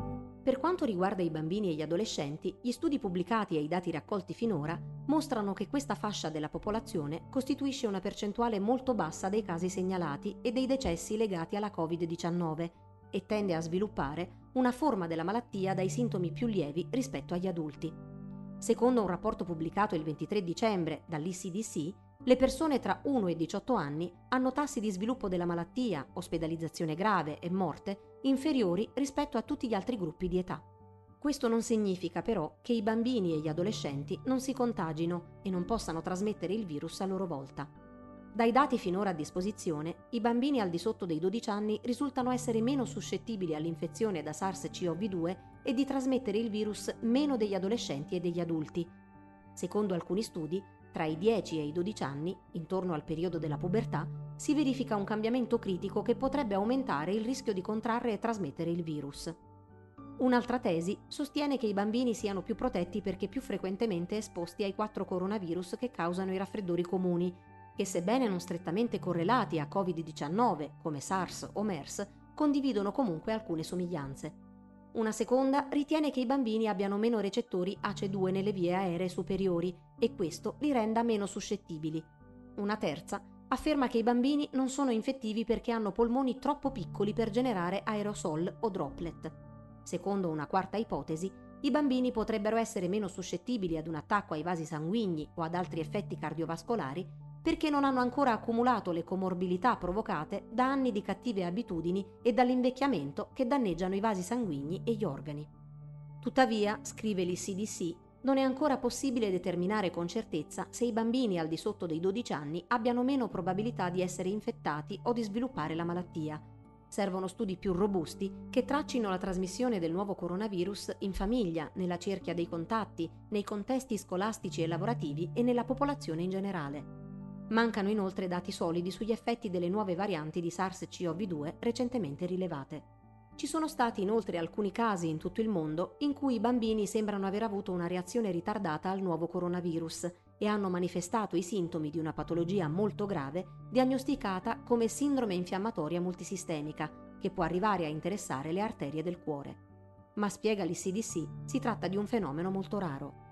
Per quanto riguarda i bambini e gli adolescenti, gli studi pubblicati e i dati raccolti finora mostrano che questa fascia della popolazione costituisce una percentuale molto bassa dei casi segnalati e dei decessi legati alla Covid-19 e tende a sviluppare una forma della malattia dai sintomi più lievi rispetto agli adulti. Secondo un rapporto pubblicato il 23 dicembre dall'ECDC, le persone tra 1 e 18 anni hanno tassi di sviluppo della malattia, ospedalizzazione grave e morte inferiori rispetto a tutti gli altri gruppi di età. Questo non significa però che i bambini e gli adolescenti non si contagino e non possano trasmettere il virus a loro volta. Dai dati finora a disposizione, i bambini al di sotto dei 12 anni risultano essere meno suscettibili all'infezione da SARS-CoV-2 e di trasmettere il virus meno degli adolescenti e degli adulti. Secondo alcuni studi, tra i 10 e i 12 anni, intorno al periodo della pubertà, si verifica un cambiamento critico che potrebbe aumentare il rischio di contrarre e trasmettere il virus. Un'altra tesi sostiene che i bambini siano più protetti perché più frequentemente esposti ai 4 coronavirus che causano i raffreddori comuni, che sebbene non strettamente correlati a Covid-19 come SARS o MERS, condividono comunque alcune somiglianze. Una seconda ritiene che i bambini abbiano meno recettori ACE2 nelle vie aeree superiori e questo li renda meno suscettibili. Una terza afferma che i bambini non sono infettivi perché hanno polmoni troppo piccoli per generare aerosol o droplet. Secondo una quarta ipotesi, i bambini potrebbero essere meno suscettibili ad un attacco ai vasi sanguigni o ad altri effetti cardiovascolari perché non hanno ancora accumulato le comorbilità provocate da anni di cattive abitudini e dall'invecchiamento che danneggiano i vasi sanguigni e gli organi. Tuttavia, scrive l'ECDC, non è ancora possibile determinare con certezza se i bambini al di sotto dei 12 anni abbiano meno probabilità di essere infettati o di sviluppare la malattia. Servono studi più robusti che traccino la trasmissione del nuovo coronavirus in famiglia, nella cerchia dei contatti, nei contesti scolastici e lavorativi e nella popolazione in generale. Mancano inoltre dati solidi sugli effetti delle nuove varianti di SARS-CoV-2 recentemente rilevate. Ci sono stati inoltre alcuni casi in tutto il mondo in cui i bambini sembrano aver avuto una reazione ritardata al nuovo coronavirus e hanno manifestato i sintomi di una patologia molto grave diagnosticata come sindrome infiammatoria multisistemica, che può arrivare a interessare le arterie del cuore. Ma spiega l'ECDC, si tratta di un fenomeno molto raro.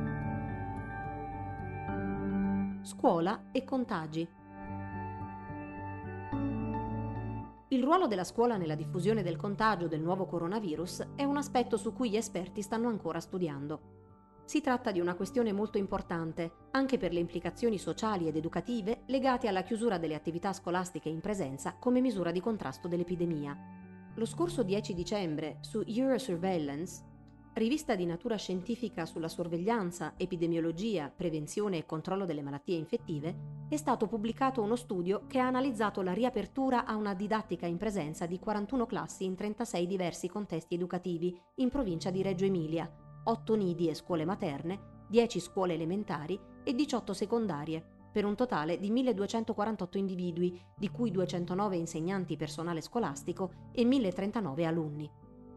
Scuola e contagi. Il ruolo della scuola nella diffusione del contagio del nuovo coronavirus è un aspetto su cui gli esperti stanno ancora studiando. Si tratta di una questione molto importante, anche per le implicazioni sociali ed educative legate alla chiusura delle attività scolastiche in presenza come misura di contrasto dell'epidemia. Lo scorso 10 dicembre, su Eurosurveillance, rivista di natura scientifica sulla sorveglianza, epidemiologia, prevenzione e controllo delle malattie infettive, è stato pubblicato uno studio che ha analizzato la riapertura a una didattica in presenza di 41 classi in 36 diversi contesti educativi in provincia di Reggio Emilia, 8 nidi e scuole materne, 10 scuole elementari e 18 secondarie, per un totale di 1248 individui, di cui 209 insegnanti personale scolastico e 1039 alunni.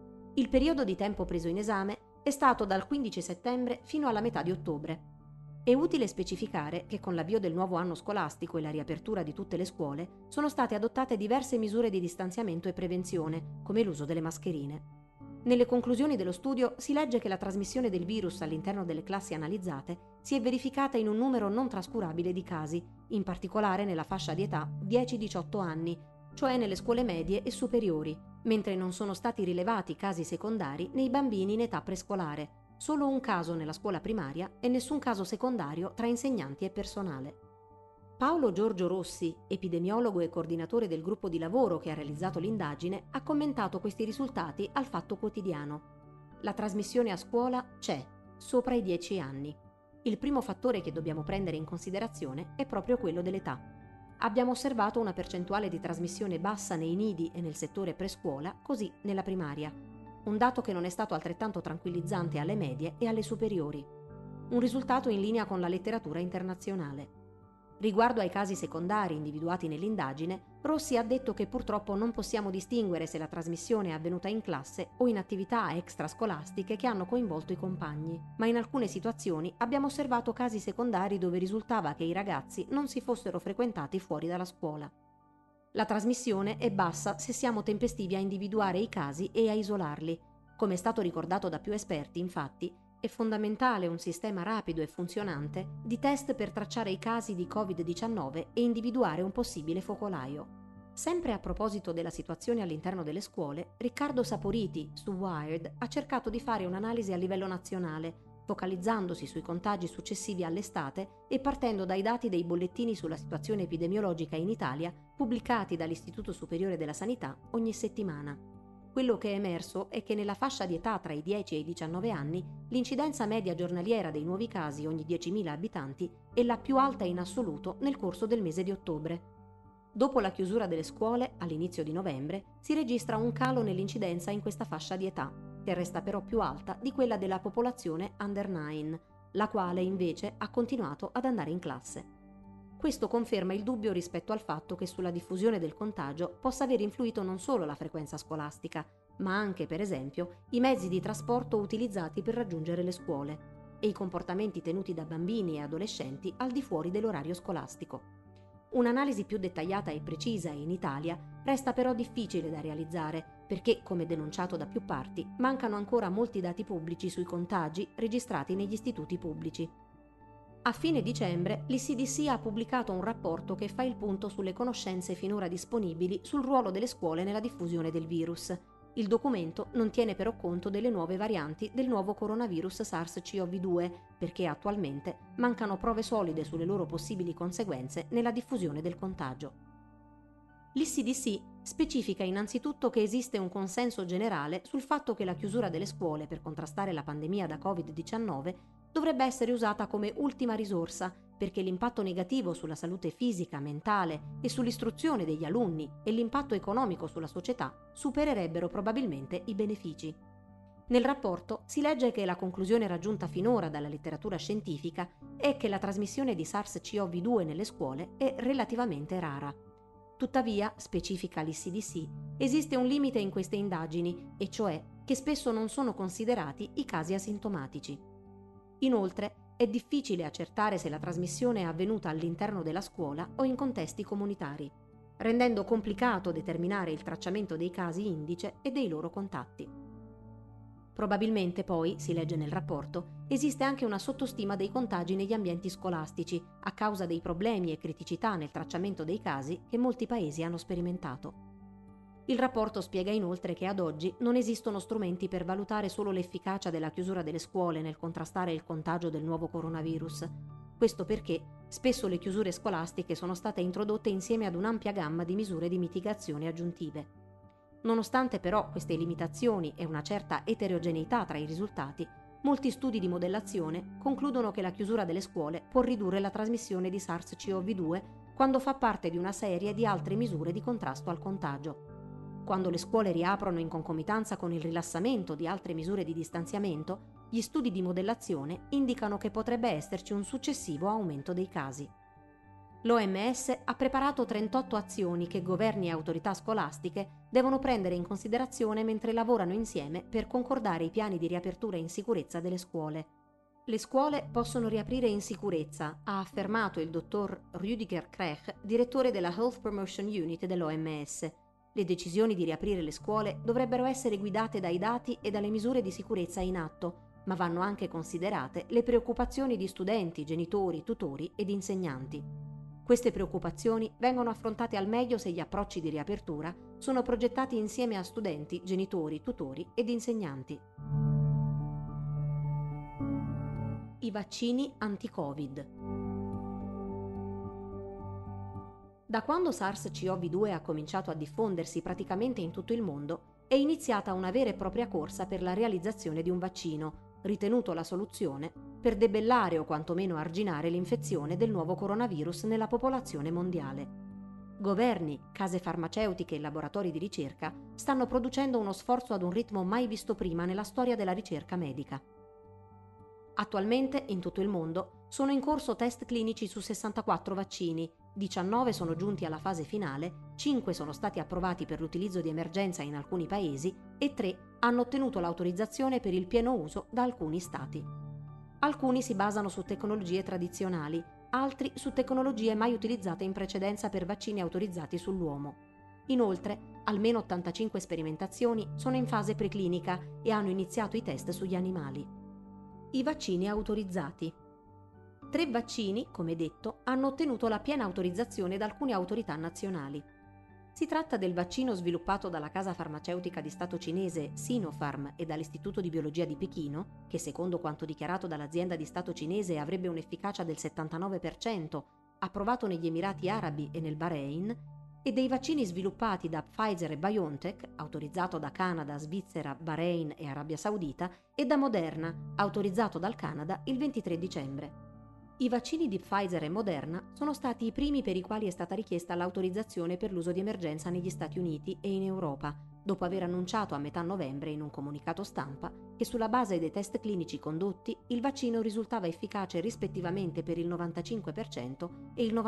Il periodo di tempo preso in esame è stato dal 15 settembre fino alla metà di ottobre. È utile specificare che con l'avvio del nuovo anno scolastico e la riapertura di tutte le scuole sono state adottate diverse misure di distanziamento e prevenzione, come l'uso delle mascherine. Nelle conclusioni dello studio si legge che la trasmissione del virus all'interno delle classi analizzate si è verificata in un numero non trascurabile di casi, in particolare nella fascia di età 10-18 anni, cioè nelle scuole medie e superiori, mentre non sono stati rilevati casi secondari nei bambini in età prescolare, solo un caso nella scuola primaria e nessun caso secondario tra insegnanti e personale. Paolo Giorgio Rossi, epidemiologo e coordinatore del gruppo di lavoro che ha realizzato l'indagine, ha commentato questi risultati al Fatto Quotidiano. La trasmissione a scuola c'è, sopra i 10 anni. Il primo fattore che dobbiamo prendere in considerazione è proprio quello dell'età. Abbiamo osservato una percentuale di trasmissione bassa nei nidi e nel settore prescuola, così nella primaria. Un dato che non è stato altrettanto tranquillizzante alle medie e alle superiori. Un risultato in linea con la letteratura internazionale. Riguardo ai casi secondari individuati nell'indagine, Rossi ha detto che purtroppo non possiamo distinguere se la trasmissione è avvenuta in classe o in attività extrascolastiche che hanno coinvolto i compagni, ma in alcune situazioni abbiamo osservato casi secondari dove risultava che i ragazzi non si fossero frequentati fuori dalla scuola. La trasmissione è bassa se siamo tempestivi a individuare i casi e a isolarli. Come è stato ricordato da più esperti, infatti, è fondamentale un sistema rapido e funzionante di test per tracciare i casi di Covid-19 e individuare un possibile focolaio. Sempre a proposito della situazione all'interno delle scuole, Riccardo Saporiti, su Wired, ha cercato di fare un'analisi a livello nazionale, focalizzandosi sui contagi successivi all'estate e partendo dai dati dei bollettini sulla situazione epidemiologica in Italia, pubblicati dall'Istituto Superiore della Sanità ogni settimana. Quello che è emerso è che nella fascia di età tra i 10 e i 19 anni l'incidenza media giornaliera dei nuovi casi ogni 10.000 abitanti è la più alta in assoluto nel corso del mese di ottobre. Dopo la chiusura delle scuole, all'inizio di novembre, si registra un calo nell'incidenza in questa fascia di età, che resta però più alta di quella della popolazione under 9, la quale invece ha continuato ad andare in classe. Questo conferma il dubbio rispetto al fatto che sulla diffusione del contagio possa aver influito non solo la frequenza scolastica, ma anche, per esempio, i mezzi di trasporto utilizzati per raggiungere le scuole e i comportamenti tenuti da bambini e adolescenti al di fuori dell'orario scolastico. Un'analisi più dettagliata e precisa in Italia resta però difficile da realizzare perché, come denunciato da più parti, mancano ancora molti dati pubblici sui contagi registrati negli istituti pubblici. A fine dicembre l'ECDC ha pubblicato un rapporto che fa il punto sulle conoscenze finora disponibili sul ruolo delle scuole nella diffusione del virus. Il documento non tiene però conto delle nuove varianti del nuovo coronavirus SARS-CoV-2 perché attualmente mancano prove solide sulle loro possibili conseguenze nella diffusione del contagio. L'ECDC specifica innanzitutto che esiste un consenso generale sul fatto che la chiusura delle scuole per contrastare la pandemia da Covid-19 dovrebbe essere usata come ultima risorsa perché l'impatto negativo sulla salute fisica, mentale e sull'istruzione degli alunni e l'impatto economico sulla società supererebbero probabilmente i benefici. Nel rapporto si legge che la conclusione raggiunta finora dalla letteratura scientifica è che la trasmissione di SARS-CoV-2 nelle scuole è relativamente rara. Tuttavia, specifica l'ECDC, esiste un limite in queste indagini, e cioè che spesso non sono considerati i casi asintomatici. Inoltre, è difficile accertare se la trasmissione è avvenuta all'interno della scuola o in contesti comunitari, rendendo complicato determinare il tracciamento dei casi indice e dei loro contatti. Probabilmente poi, si legge nel rapporto, esiste anche una sottostima dei contagi negli ambienti scolastici a causa dei problemi e criticità nel tracciamento dei casi che molti paesi hanno sperimentato. Il rapporto spiega inoltre che ad oggi non esistono strumenti per valutare solo l'efficacia della chiusura delle scuole nel contrastare il contagio del nuovo coronavirus. Questo perché spesso le chiusure scolastiche sono state introdotte insieme ad un'ampia gamma di misure di mitigazione aggiuntive. Nonostante però queste limitazioni e una certa eterogeneità tra i risultati, molti studi di modellazione concludono che la chiusura delle scuole può ridurre la trasmissione di SARS-CoV-2 quando fa parte di una serie di altre misure di contrasto al contagio. Quando le scuole riaprono in concomitanza con il rilassamento di altre misure di distanziamento, gli studi di modellazione indicano che potrebbe esserci un successivo aumento dei casi. L'OMS ha preparato 38 azioni che governi e autorità scolastiche devono prendere in considerazione mentre lavorano insieme per concordare i piani di riapertura in sicurezza delle scuole. Le scuole possono riaprire in sicurezza, ha affermato il dottor Rüdiger Krech, direttore della Health Promotion Unit dell'OMS. Le decisioni di riaprire le scuole dovrebbero essere guidate dai dati e dalle misure di sicurezza in atto, ma vanno anche considerate le preoccupazioni di studenti, genitori, tutori ed insegnanti. Queste preoccupazioni vengono affrontate al meglio se gli approcci di riapertura sono progettati insieme a studenti, genitori, tutori ed insegnanti. I vaccini anti-Covid. Da quando SARS-CoV-2 ha cominciato a diffondersi praticamente in tutto il mondo, è iniziata una vera e propria corsa per la realizzazione di un vaccino, ritenuto la soluzione per debellare o quantomeno arginare l'infezione del nuovo coronavirus nella popolazione mondiale. Governi, case farmaceutiche e laboratori di ricerca stanno producendo uno sforzo ad un ritmo mai visto prima nella storia della ricerca medica. Attualmente, in tutto il mondo, sono in corso test clinici su 64 vaccini, 19 sono giunti alla fase finale, 5 sono stati approvati per l'utilizzo di emergenza in alcuni paesi e 3 hanno ottenuto l'autorizzazione per il pieno uso da alcuni stati. Alcuni si basano su tecnologie tradizionali, altri su tecnologie mai utilizzate in precedenza per vaccini autorizzati sull'uomo. Inoltre, almeno 85 sperimentazioni sono in fase preclinica e hanno iniziato i test sugli animali. I vaccini autorizzati. 3 vaccini, come detto, hanno ottenuto la piena autorizzazione da alcune autorità nazionali. Si tratta del vaccino sviluppato dalla casa farmaceutica di Stato cinese Sinopharm e dall'Istituto di Biologia di Pechino, che secondo quanto dichiarato dall'azienda di Stato cinese avrebbe un'efficacia del 79%, approvato negli Emirati Arabi e nel Bahrain, e dei vaccini sviluppati da Pfizer e BioNTech, autorizzato da Canada, Svizzera, Bahrain e Arabia Saudita, e da Moderna, autorizzato dal Canada il 23 dicembre. I vaccini di Pfizer e Moderna sono stati i primi per i quali è stata richiesta l'autorizzazione per l'uso di emergenza negli Stati Uniti e in Europa, dopo aver annunciato a metà novembre in un comunicato stampa che sulla base dei test clinici condotti il vaccino risultava efficace rispettivamente per il 95% e il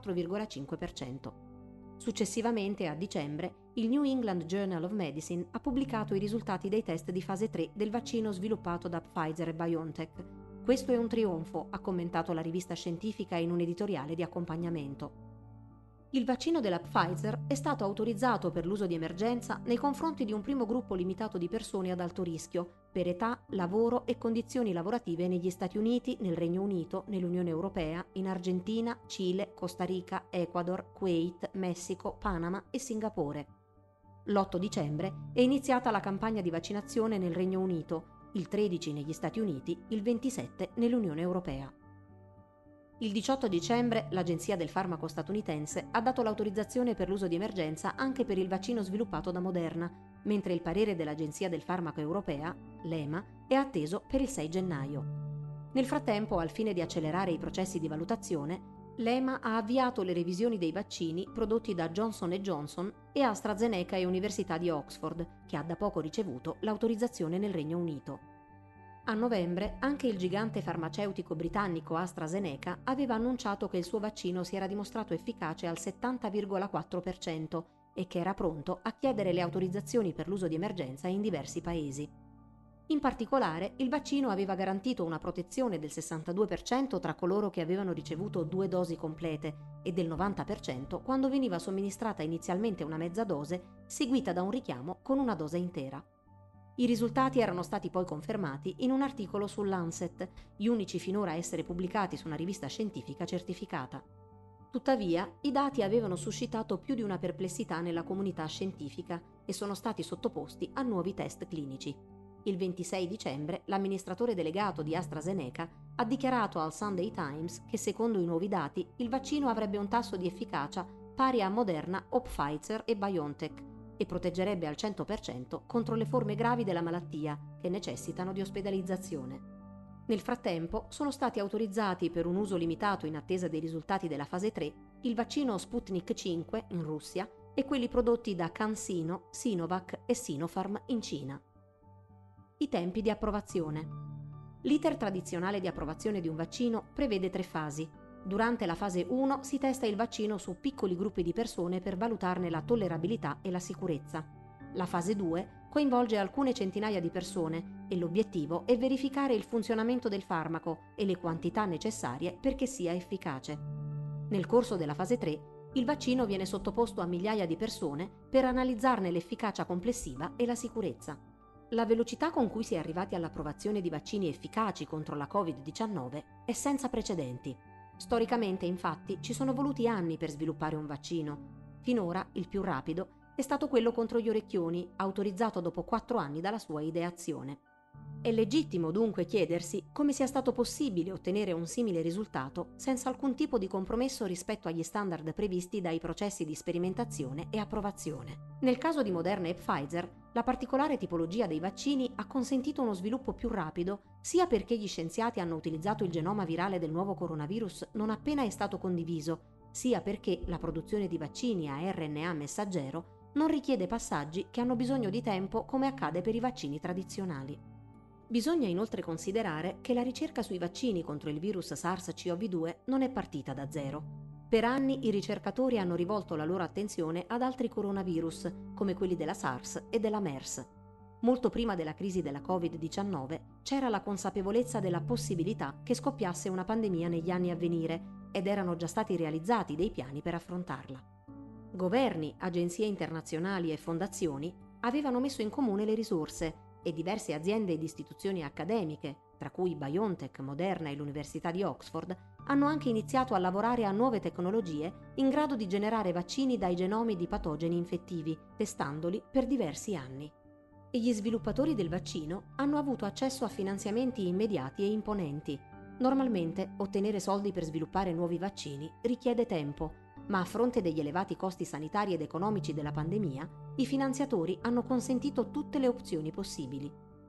94,5%. Successivamente, a dicembre, il New England Journal of Medicine ha pubblicato i risultati dei test di fase 3 del vaccino sviluppato da Pfizer e BioNTech. Questo è un trionfo, ha commentato la rivista scientifica in un editoriale di accompagnamento. Il vaccino della Pfizer è stato autorizzato per l'uso di emergenza nei confronti di un primo gruppo limitato di persone ad alto rischio, per età, lavoro e condizioni lavorative negli Stati Uniti, nel Regno Unito, nell'Unione Europea, in Argentina, Cile, Costa Rica, Ecuador, Kuwait, Messico, Panama e Singapore. L'8 dicembre è iniziata la campagna di vaccinazione nel Regno Unito, il 13 negli Stati Uniti, il 27 nell'Unione Europea. Il 18 dicembre l'Agenzia del Farmaco statunitense ha dato l'autorizzazione per l'uso di emergenza anche per il vaccino sviluppato da Moderna, mentre il parere dell'Agenzia del Farmaco Europea, l'EMA, è atteso per il 6 gennaio. Nel frattempo, al fine di accelerare i processi di valutazione, l'EMA ha avviato le revisioni dei vaccini prodotti da Johnson & Johnson e AstraZeneca e Università di Oxford, che ha da poco ricevuto l'autorizzazione nel Regno Unito. A novembre anche il gigante farmaceutico britannico AstraZeneca aveva annunciato che il suo vaccino si era dimostrato efficace al 70,4% e che era pronto a chiedere le autorizzazioni per l'uso di emergenza in diversi paesi. In particolare, il vaccino aveva garantito una protezione del 62% tra coloro che avevano ricevuto 2 dosi complete e del 90% quando veniva somministrata inizialmente una mezza dose, seguita da un richiamo con una dose intera. I risultati erano stati poi confermati in un articolo sul Lancet, gli unici finora a essere pubblicati su una rivista scientifica certificata. Tuttavia, i dati avevano suscitato più di una perplessità nella comunità scientifica e sono stati sottoposti a nuovi test clinici. Il 26 dicembre l'amministratore delegato di AstraZeneca ha dichiarato al Sunday Times che secondo i nuovi dati il vaccino avrebbe un tasso di efficacia pari a Moderna o Pfizer e BioNTech e proteggerebbe al 100% contro le forme gravi della malattia che necessitano di ospedalizzazione. Nel frattempo sono stati autorizzati per un uso limitato in attesa dei risultati della fase 3 il vaccino Sputnik 5 in Russia e quelli prodotti da CanSino, Sinovac e Sinopharm in Cina. I tempi di approvazione. L'iter tradizionale di approvazione di un vaccino prevede 3 fasi. Durante la fase 1 si testa il vaccino su piccoli gruppi di persone per valutarne la tollerabilità e la sicurezza. La fase 2 coinvolge alcune centinaia di persone e l'obiettivo è verificare il funzionamento del farmaco e le quantità necessarie perché sia efficace. Nel corso della fase 3 il vaccino viene sottoposto a migliaia di persone per analizzarne l'efficacia complessiva e la sicurezza. La velocità con cui si è arrivati all'approvazione di vaccini efficaci contro la Covid-19 è senza precedenti. Storicamente, infatti, ci sono voluti anni per sviluppare un vaccino. Finora, il più rapido è stato quello contro gli orecchioni, autorizzato dopo 4 anni dalla sua ideazione. È legittimo dunque chiedersi come sia stato possibile ottenere un simile risultato senza alcun tipo di compromesso rispetto agli standard previsti dai processi di sperimentazione e approvazione. Nel caso di Moderna e Pfizer, la particolare tipologia dei vaccini ha consentito uno sviluppo più rapido, sia perché gli scienziati hanno utilizzato il genoma virale del nuovo coronavirus non appena è stato condiviso, sia perché la produzione di vaccini a RNA messaggero non richiede passaggi che hanno bisogno di tempo come accade per i vaccini tradizionali. Bisogna inoltre considerare che la ricerca sui vaccini contro il virus SARS-CoV-2 non è partita da zero. Per anni i ricercatori hanno rivolto la loro attenzione ad altri coronavirus, come quelli della SARS e della MERS. Molto prima della crisi della Covid-19 c'era la consapevolezza della possibilità che scoppiasse una pandemia negli anni a venire ed erano già stati realizzati dei piani per affrontarla. Governi, agenzie internazionali e fondazioni avevano messo in comune le risorse e diverse aziende ed istituzioni accademiche, tra cui BioNTech, Moderna e l'Università di Oxford, hanno anche iniziato a lavorare a nuove tecnologie in grado di generare vaccini dai genomi di patogeni infettivi, testandoli per diversi anni. E gli sviluppatori del vaccino hanno avuto accesso a finanziamenti immediati e imponenti. Normalmente ottenere soldi per sviluppare nuovi vaccini richiede tempo, ma a fronte degli elevati costi sanitari ed economici della pandemia, i finanziatori hanno consentito tutte le opzioni possibili.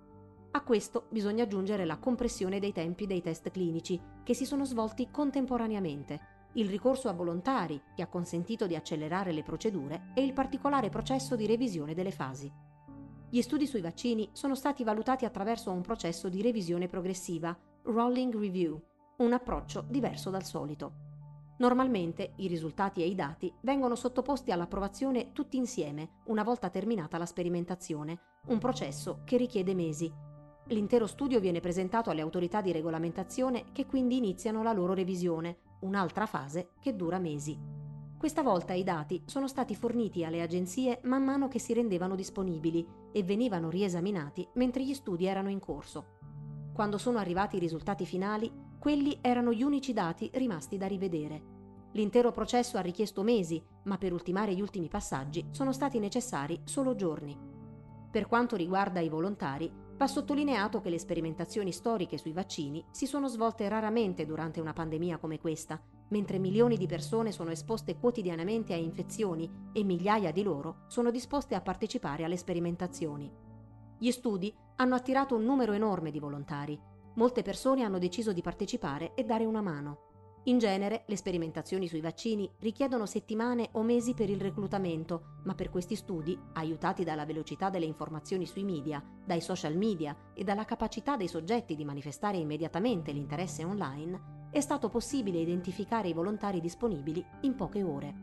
A questo bisogna aggiungere la compressione dei tempi dei test clinici, che si sono svolti contemporaneamente, il ricorso a volontari, che ha consentito di accelerare le procedure, e il particolare processo di revisione delle fasi. Gli studi sui vaccini sono stati valutati attraverso un processo di revisione progressiva, rolling review, un approccio diverso dal solito. Normalmente i risultati e i dati vengono sottoposti all'approvazione tutti insieme, una volta terminata la sperimentazione, un processo che richiede mesi. L'intero studio viene presentato alle autorità di regolamentazione che quindi iniziano la loro revisione, un'altra fase che dura mesi. Questa volta i dati sono stati forniti alle agenzie man mano che si rendevano disponibili e venivano riesaminati mentre gli studi erano in corso. Quando sono arrivati i risultati finali, quelli erano gli unici dati rimasti da rivedere. L'intero processo ha richiesto mesi, ma per ultimare gli ultimi passaggi sono stati necessari solo giorni. Per quanto riguarda i volontari, va sottolineato che le sperimentazioni storiche sui vaccini si sono svolte raramente durante una pandemia come questa, mentre milioni di persone sono esposte quotidianamente a infezioni e migliaia di loro sono disposte a partecipare alle sperimentazioni. Gli studi hanno attirato un numero enorme di volontari. Molte persone hanno deciso di partecipare e dare una mano. In genere, le sperimentazioni sui vaccini richiedono settimane o mesi per il reclutamento, ma per questi studi, aiutati dalla velocità delle informazioni sui media, dai social media e dalla capacità dei soggetti di manifestare immediatamente l'interesse online, è stato possibile identificare i volontari disponibili in poche ore.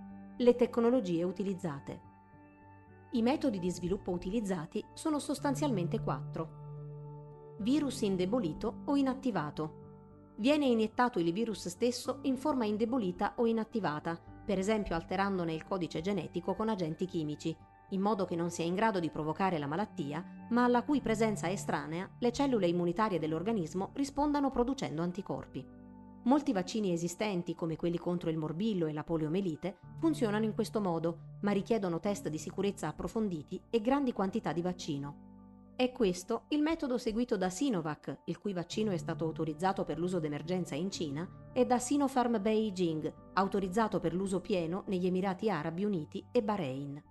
Le tecnologie utilizzate. I metodi di sviluppo utilizzati sono sostanzialmente 4. Virus indebolito o inattivato. Viene iniettato il virus stesso in forma indebolita o inattivata, per esempio alterandone il codice genetico con agenti chimici, in modo che non sia in grado di provocare la malattia, ma alla cui presenza estranea le cellule immunitarie dell'organismo rispondano producendo anticorpi. Molti vaccini esistenti, come quelli contro il morbillo e la poliomelite, funzionano in questo modo, ma richiedono test di sicurezza approfonditi e grandi quantità di vaccino. È questo il metodo seguito da Sinovac, il cui vaccino è stato autorizzato per l'uso d'emergenza in Cina, e da Sinopharm Beijing, autorizzato per l'uso pieno negli Emirati Arabi Uniti e Bahrain.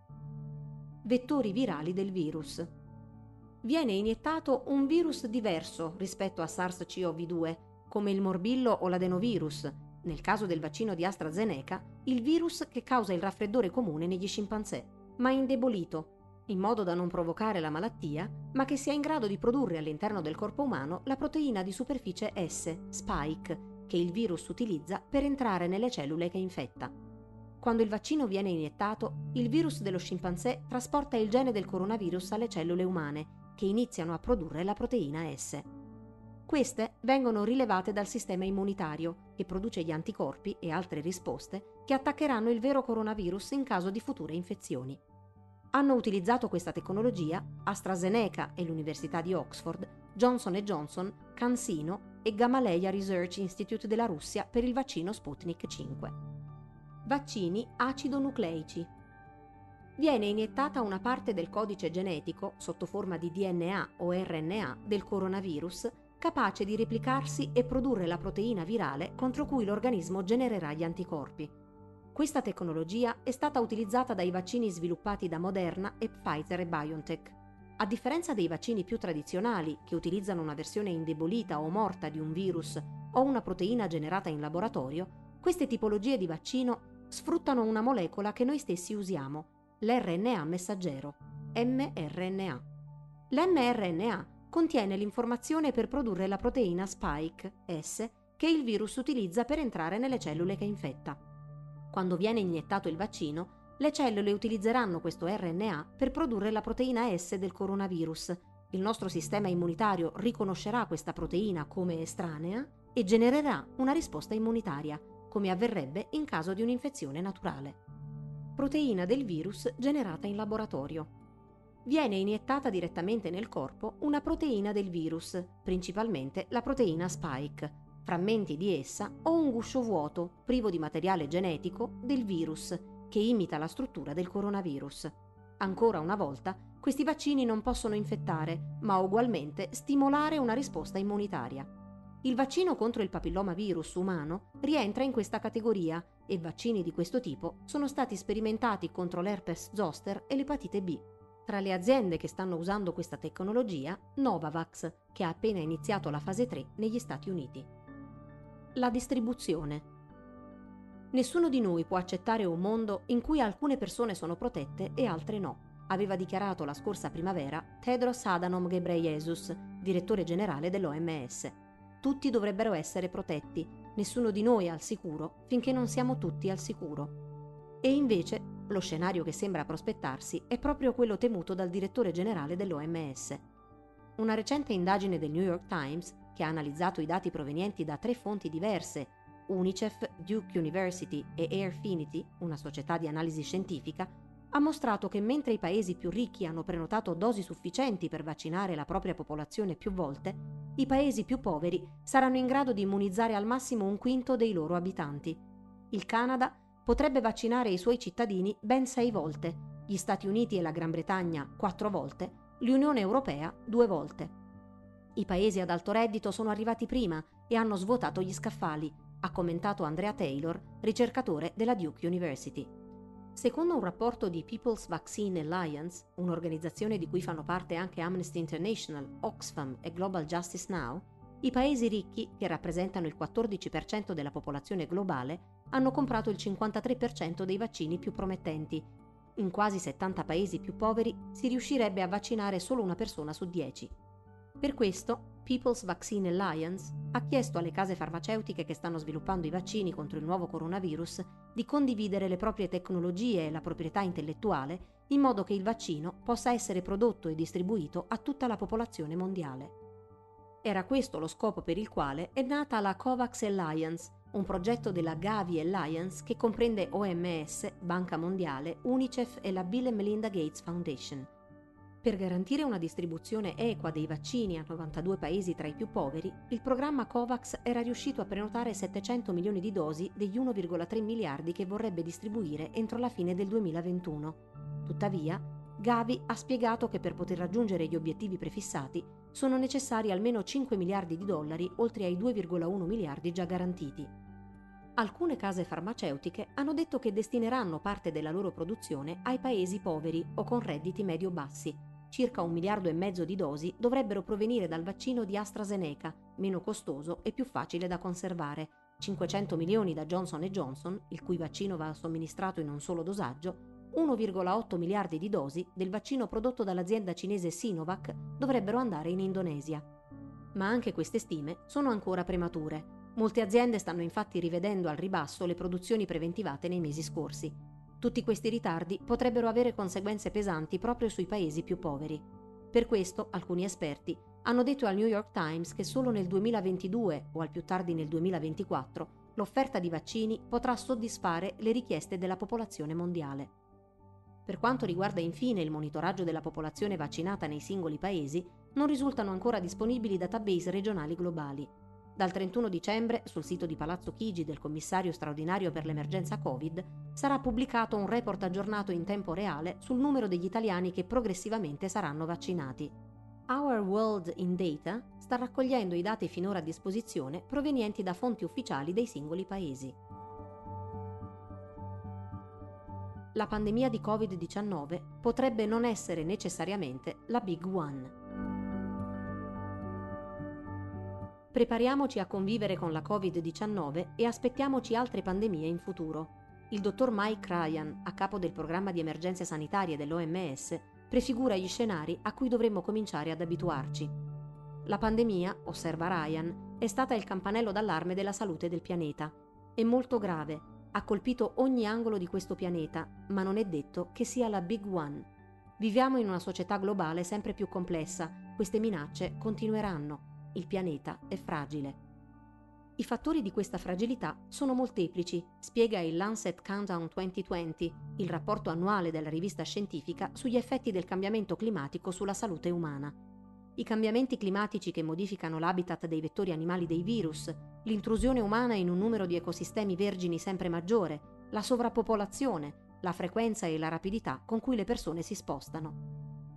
Vettori virali del virus. Viene iniettato un virus diverso rispetto a SARS-CoV-2, come il morbillo o l'adenovirus, nel caso del vaccino di AstraZeneca, il virus che causa il raffreddore comune negli scimpanzé, ma indebolito, in modo da non provocare la malattia, ma che sia in grado di produrre all'interno del corpo umano la proteina di superficie S, spike, che il virus utilizza per entrare nelle cellule che infetta. Quando il vaccino viene iniettato, il virus dello scimpanzé trasporta il gene del coronavirus alle cellule umane, che iniziano a produrre la proteina S. Queste vengono rilevate dal sistema immunitario, che produce gli anticorpi e altre risposte che attaccheranno il vero coronavirus in caso di future infezioni. Hanno utilizzato questa tecnologia AstraZeneca e l'Università di Oxford, Johnson & Johnson, CanSino e Gamaleya Research Institute della Russia per il vaccino Sputnik 5. Vaccini acido-nucleici. Viene iniettata una parte del codice genetico, sotto forma di DNA o RNA, del coronavirus, capace di replicarsi e produrre la proteina virale contro cui l'organismo genererà gli anticorpi. Questa tecnologia è stata utilizzata dai vaccini sviluppati da Moderna e Pfizer e BioNTech. A differenza dei vaccini più tradizionali, che utilizzano una versione indebolita o morta di un virus o una proteina generata in laboratorio, queste tipologie di vaccino sfruttano una molecola che noi stessi usiamo, l'RNA messaggero, mRNA. L'mRNA contiene l'informazione per produrre la proteina spike, S, che il virus utilizza per entrare nelle cellule che infetta. Quando viene iniettato il vaccino, le cellule utilizzeranno questo RNA per produrre la proteina S del coronavirus. Il nostro sistema immunitario riconoscerà questa proteina come estranea e genererà una risposta immunitaria, come avverrebbe in caso di un'infezione naturale. proteina del virus generata in laboratorio. Viene iniettata direttamente nel corpo una proteina del virus, principalmente la proteina spike, frammenti di essa o un guscio vuoto, privo di materiale genetico, del virus, che imita la struttura del coronavirus. Ancora una volta, questi vaccini non possono infettare, ma ugualmente stimolare una risposta immunitaria. Il vaccino contro il papillomavirus umano rientra in questa categoria e vaccini di questo tipo sono stati sperimentati contro l'herpes zoster e l'epatite B. Tra le aziende che stanno usando questa tecnologia, Novavax, che ha appena iniziato la fase 3 negli Stati Uniti. La distribuzione. Nessuno di noi può accettare un mondo in cui alcune persone sono protette e altre no, aveva dichiarato la scorsa primavera Tedros Adhanom Ghebreyesus, direttore generale dell'OMS. Tutti dovrebbero essere protetti, nessuno di noi è al sicuro finché non siamo tutti al sicuro. E invece, lo scenario che sembra prospettarsi è proprio quello temuto dal direttore generale dell'OMS. Una recente indagine del New York Times, che ha analizzato i dati provenienti da 3 fonti diverse, Unicef, Duke University e Airfinity, una società di analisi scientifica, ha mostrato che mentre i paesi più ricchi hanno prenotato dosi sufficienti per vaccinare la propria popolazione più volte, i paesi più poveri saranno in grado di immunizzare al massimo 1/5 dei loro abitanti. Il Canada potrebbe vaccinare i suoi cittadini ben 6 volte, gli Stati Uniti e la Gran Bretagna 4 volte, l'Unione Europea 2 volte. I paesi ad alto reddito sono arrivati prima e hanno svuotato gli scaffali, ha commentato Andrea Taylor, ricercatore della Duke University. Secondo un rapporto di People's Vaccine Alliance, un'organizzazione di cui fanno parte anche Amnesty International, Oxfam e Global Justice Now, i paesi ricchi, che rappresentano il 14% della popolazione globale, hanno comprato il 53% dei vaccini più promettenti. In quasi 70 paesi più poveri si riuscirebbe a vaccinare solo una persona su 10. Per questo, People's Vaccine Alliance ha chiesto alle case farmaceutiche che stanno sviluppando i vaccini contro il nuovo coronavirus di condividere le proprie tecnologie e la proprietà intellettuale in modo che il vaccino possa essere prodotto e distribuito a tutta la popolazione mondiale. Era questo lo scopo per il quale è nata la COVAX Alliance, un progetto della Gavi Alliance che comprende OMS, Banca Mondiale, Unicef e la Bill e Melinda Gates Foundation. Per garantire una distribuzione equa dei vaccini a 92 paesi tra i più poveri, il programma COVAX era riuscito a prenotare 700 milioni di dosi degli 1,3 miliardi che vorrebbe distribuire entro la fine del 2021. Tuttavia, Gavi ha spiegato che per poter raggiungere gli obiettivi prefissati sono necessari almeno 5 miliardi di dollari oltre ai 2,1 miliardi già garantiti. Alcune case farmaceutiche hanno detto che destineranno parte della loro produzione ai paesi poveri o con redditi medio-bassi. Circa 1,5 miliardi di dosi dovrebbero provenire dal vaccino di AstraZeneca, meno costoso e più facile da conservare, 500 milioni da Johnson & Johnson, il cui vaccino va somministrato in un solo dosaggio, 1,8 miliardi di dosi del vaccino prodotto dall'azienda cinese Sinovac dovrebbero andare in Indonesia. Ma anche queste stime sono ancora premature. Molte aziende stanno infatti rivedendo al ribasso le produzioni preventivate nei mesi scorsi. Tutti questi ritardi potrebbero avere conseguenze pesanti proprio sui paesi più poveri. Per questo, alcuni esperti hanno detto al New York Times che solo nel 2022 o al più tardi nel 2024 l'offerta di vaccini potrà soddisfare le richieste della popolazione mondiale. Per quanto riguarda infine il monitoraggio della popolazione vaccinata nei singoli paesi, non risultano ancora disponibili database regionali globali. Dal 31 dicembre, sul sito di Palazzo Chigi del commissario straordinario per l'emergenza Covid, sarà pubblicato un report aggiornato in tempo reale sul numero degli italiani che progressivamente saranno vaccinati. Our World in Data sta raccogliendo i dati finora a disposizione provenienti da fonti ufficiali dei singoli paesi. La pandemia di Covid-19 potrebbe non essere necessariamente la Big One. Prepariamoci a convivere con la Covid-19 e aspettiamoci altre pandemie in futuro. Il dottor Mike Ryan, a capo del programma di emergenze sanitarie dell'OMS, prefigura gli scenari a cui dovremmo cominciare ad abituarci. La pandemia, osserva Ryan, è stata il campanello d'allarme della salute del pianeta. È molto grave, ha colpito ogni angolo di questo pianeta, ma non è detto che sia la Big One. Viviamo in una società globale sempre più complessa, queste minacce continueranno. Il pianeta è fragile. I fattori di questa fragilità sono molteplici, spiega il Lancet Countdown 2020, il rapporto annuale della rivista scientifica sugli effetti del cambiamento climatico sulla salute umana. I cambiamenti climatici che modificano l'habitat dei vettori animali dei virus, l'intrusione umana in un numero di ecosistemi vergini sempre maggiore, la sovrappopolazione, la frequenza e la rapidità con cui le persone si spostano.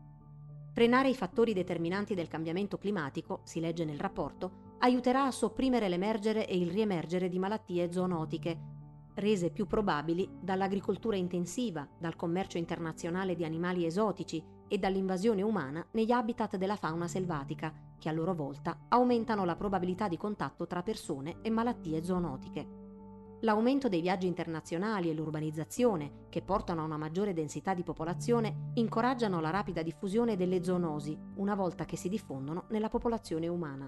Frenare i fattori determinanti del cambiamento climatico, si legge nel rapporto, aiuterà a sopprimere l'emergere e il riemergere di malattie zoonotiche, rese più probabili dall'agricoltura intensiva, dal commercio internazionale di animali esotici e dall'invasione umana negli habitat della fauna selvatica, che a loro volta aumentano la probabilità di contatto tra persone e malattie zoonotiche. L'aumento dei viaggi internazionali e l'urbanizzazione, che portano a una maggiore densità di popolazione, incoraggiano la rapida diffusione delle zoonosi, una volta che si diffondono nella popolazione umana.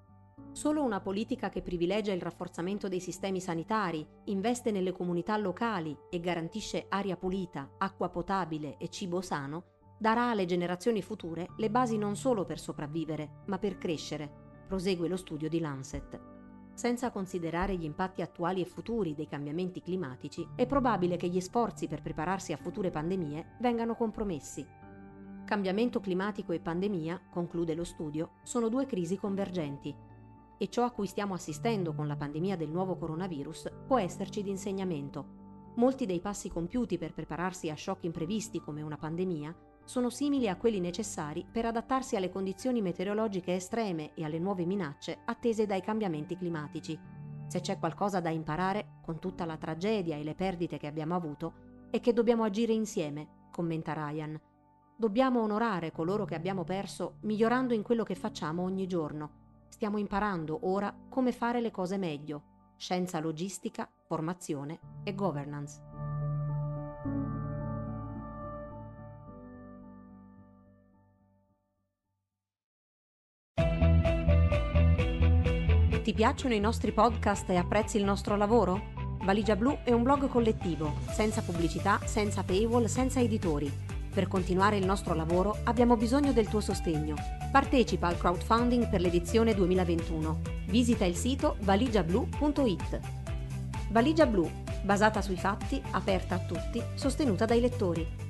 Solo una politica che privilegia il rafforzamento dei sistemi sanitari, investe nelle comunità locali e garantisce aria pulita, acqua potabile e cibo sano, darà alle generazioni future le basi non solo per sopravvivere, ma per crescere, prosegue lo studio di Lancet. Senza considerare gli impatti attuali e futuri dei cambiamenti climatici, è probabile che gli sforzi per prepararsi a future pandemie vengano compromessi. Cambiamento climatico e pandemia, conclude lo studio, sono due crisi convergenti. E ciò a cui stiamo assistendo con la pandemia del nuovo coronavirus può esserci di insegnamento. Molti dei passi compiuti per prepararsi a shock imprevisti come una pandemia sono simili a quelli necessari per adattarsi alle condizioni meteorologiche estreme e alle nuove minacce attese dai cambiamenti climatici. Se c'è qualcosa da imparare, con tutta la tragedia e le perdite che abbiamo avuto, è che dobbiamo agire insieme, commenta Ryan. Dobbiamo onorare coloro che abbiamo perso migliorando in quello che facciamo ogni giorno. Stiamo imparando ora come fare le cose meglio. Scienza logistica, formazione e governance. Ti piacciono i nostri podcast e apprezzi il nostro lavoro? Valigia Blu è un blog collettivo, senza pubblicità, senza paywall, senza editori. Per continuare il nostro lavoro abbiamo bisogno del tuo sostegno. Partecipa al crowdfunding per l'edizione 2021. Visita il sito valigiablu.it. Valigia Blu, basata sui fatti, aperta a tutti, sostenuta dai lettori.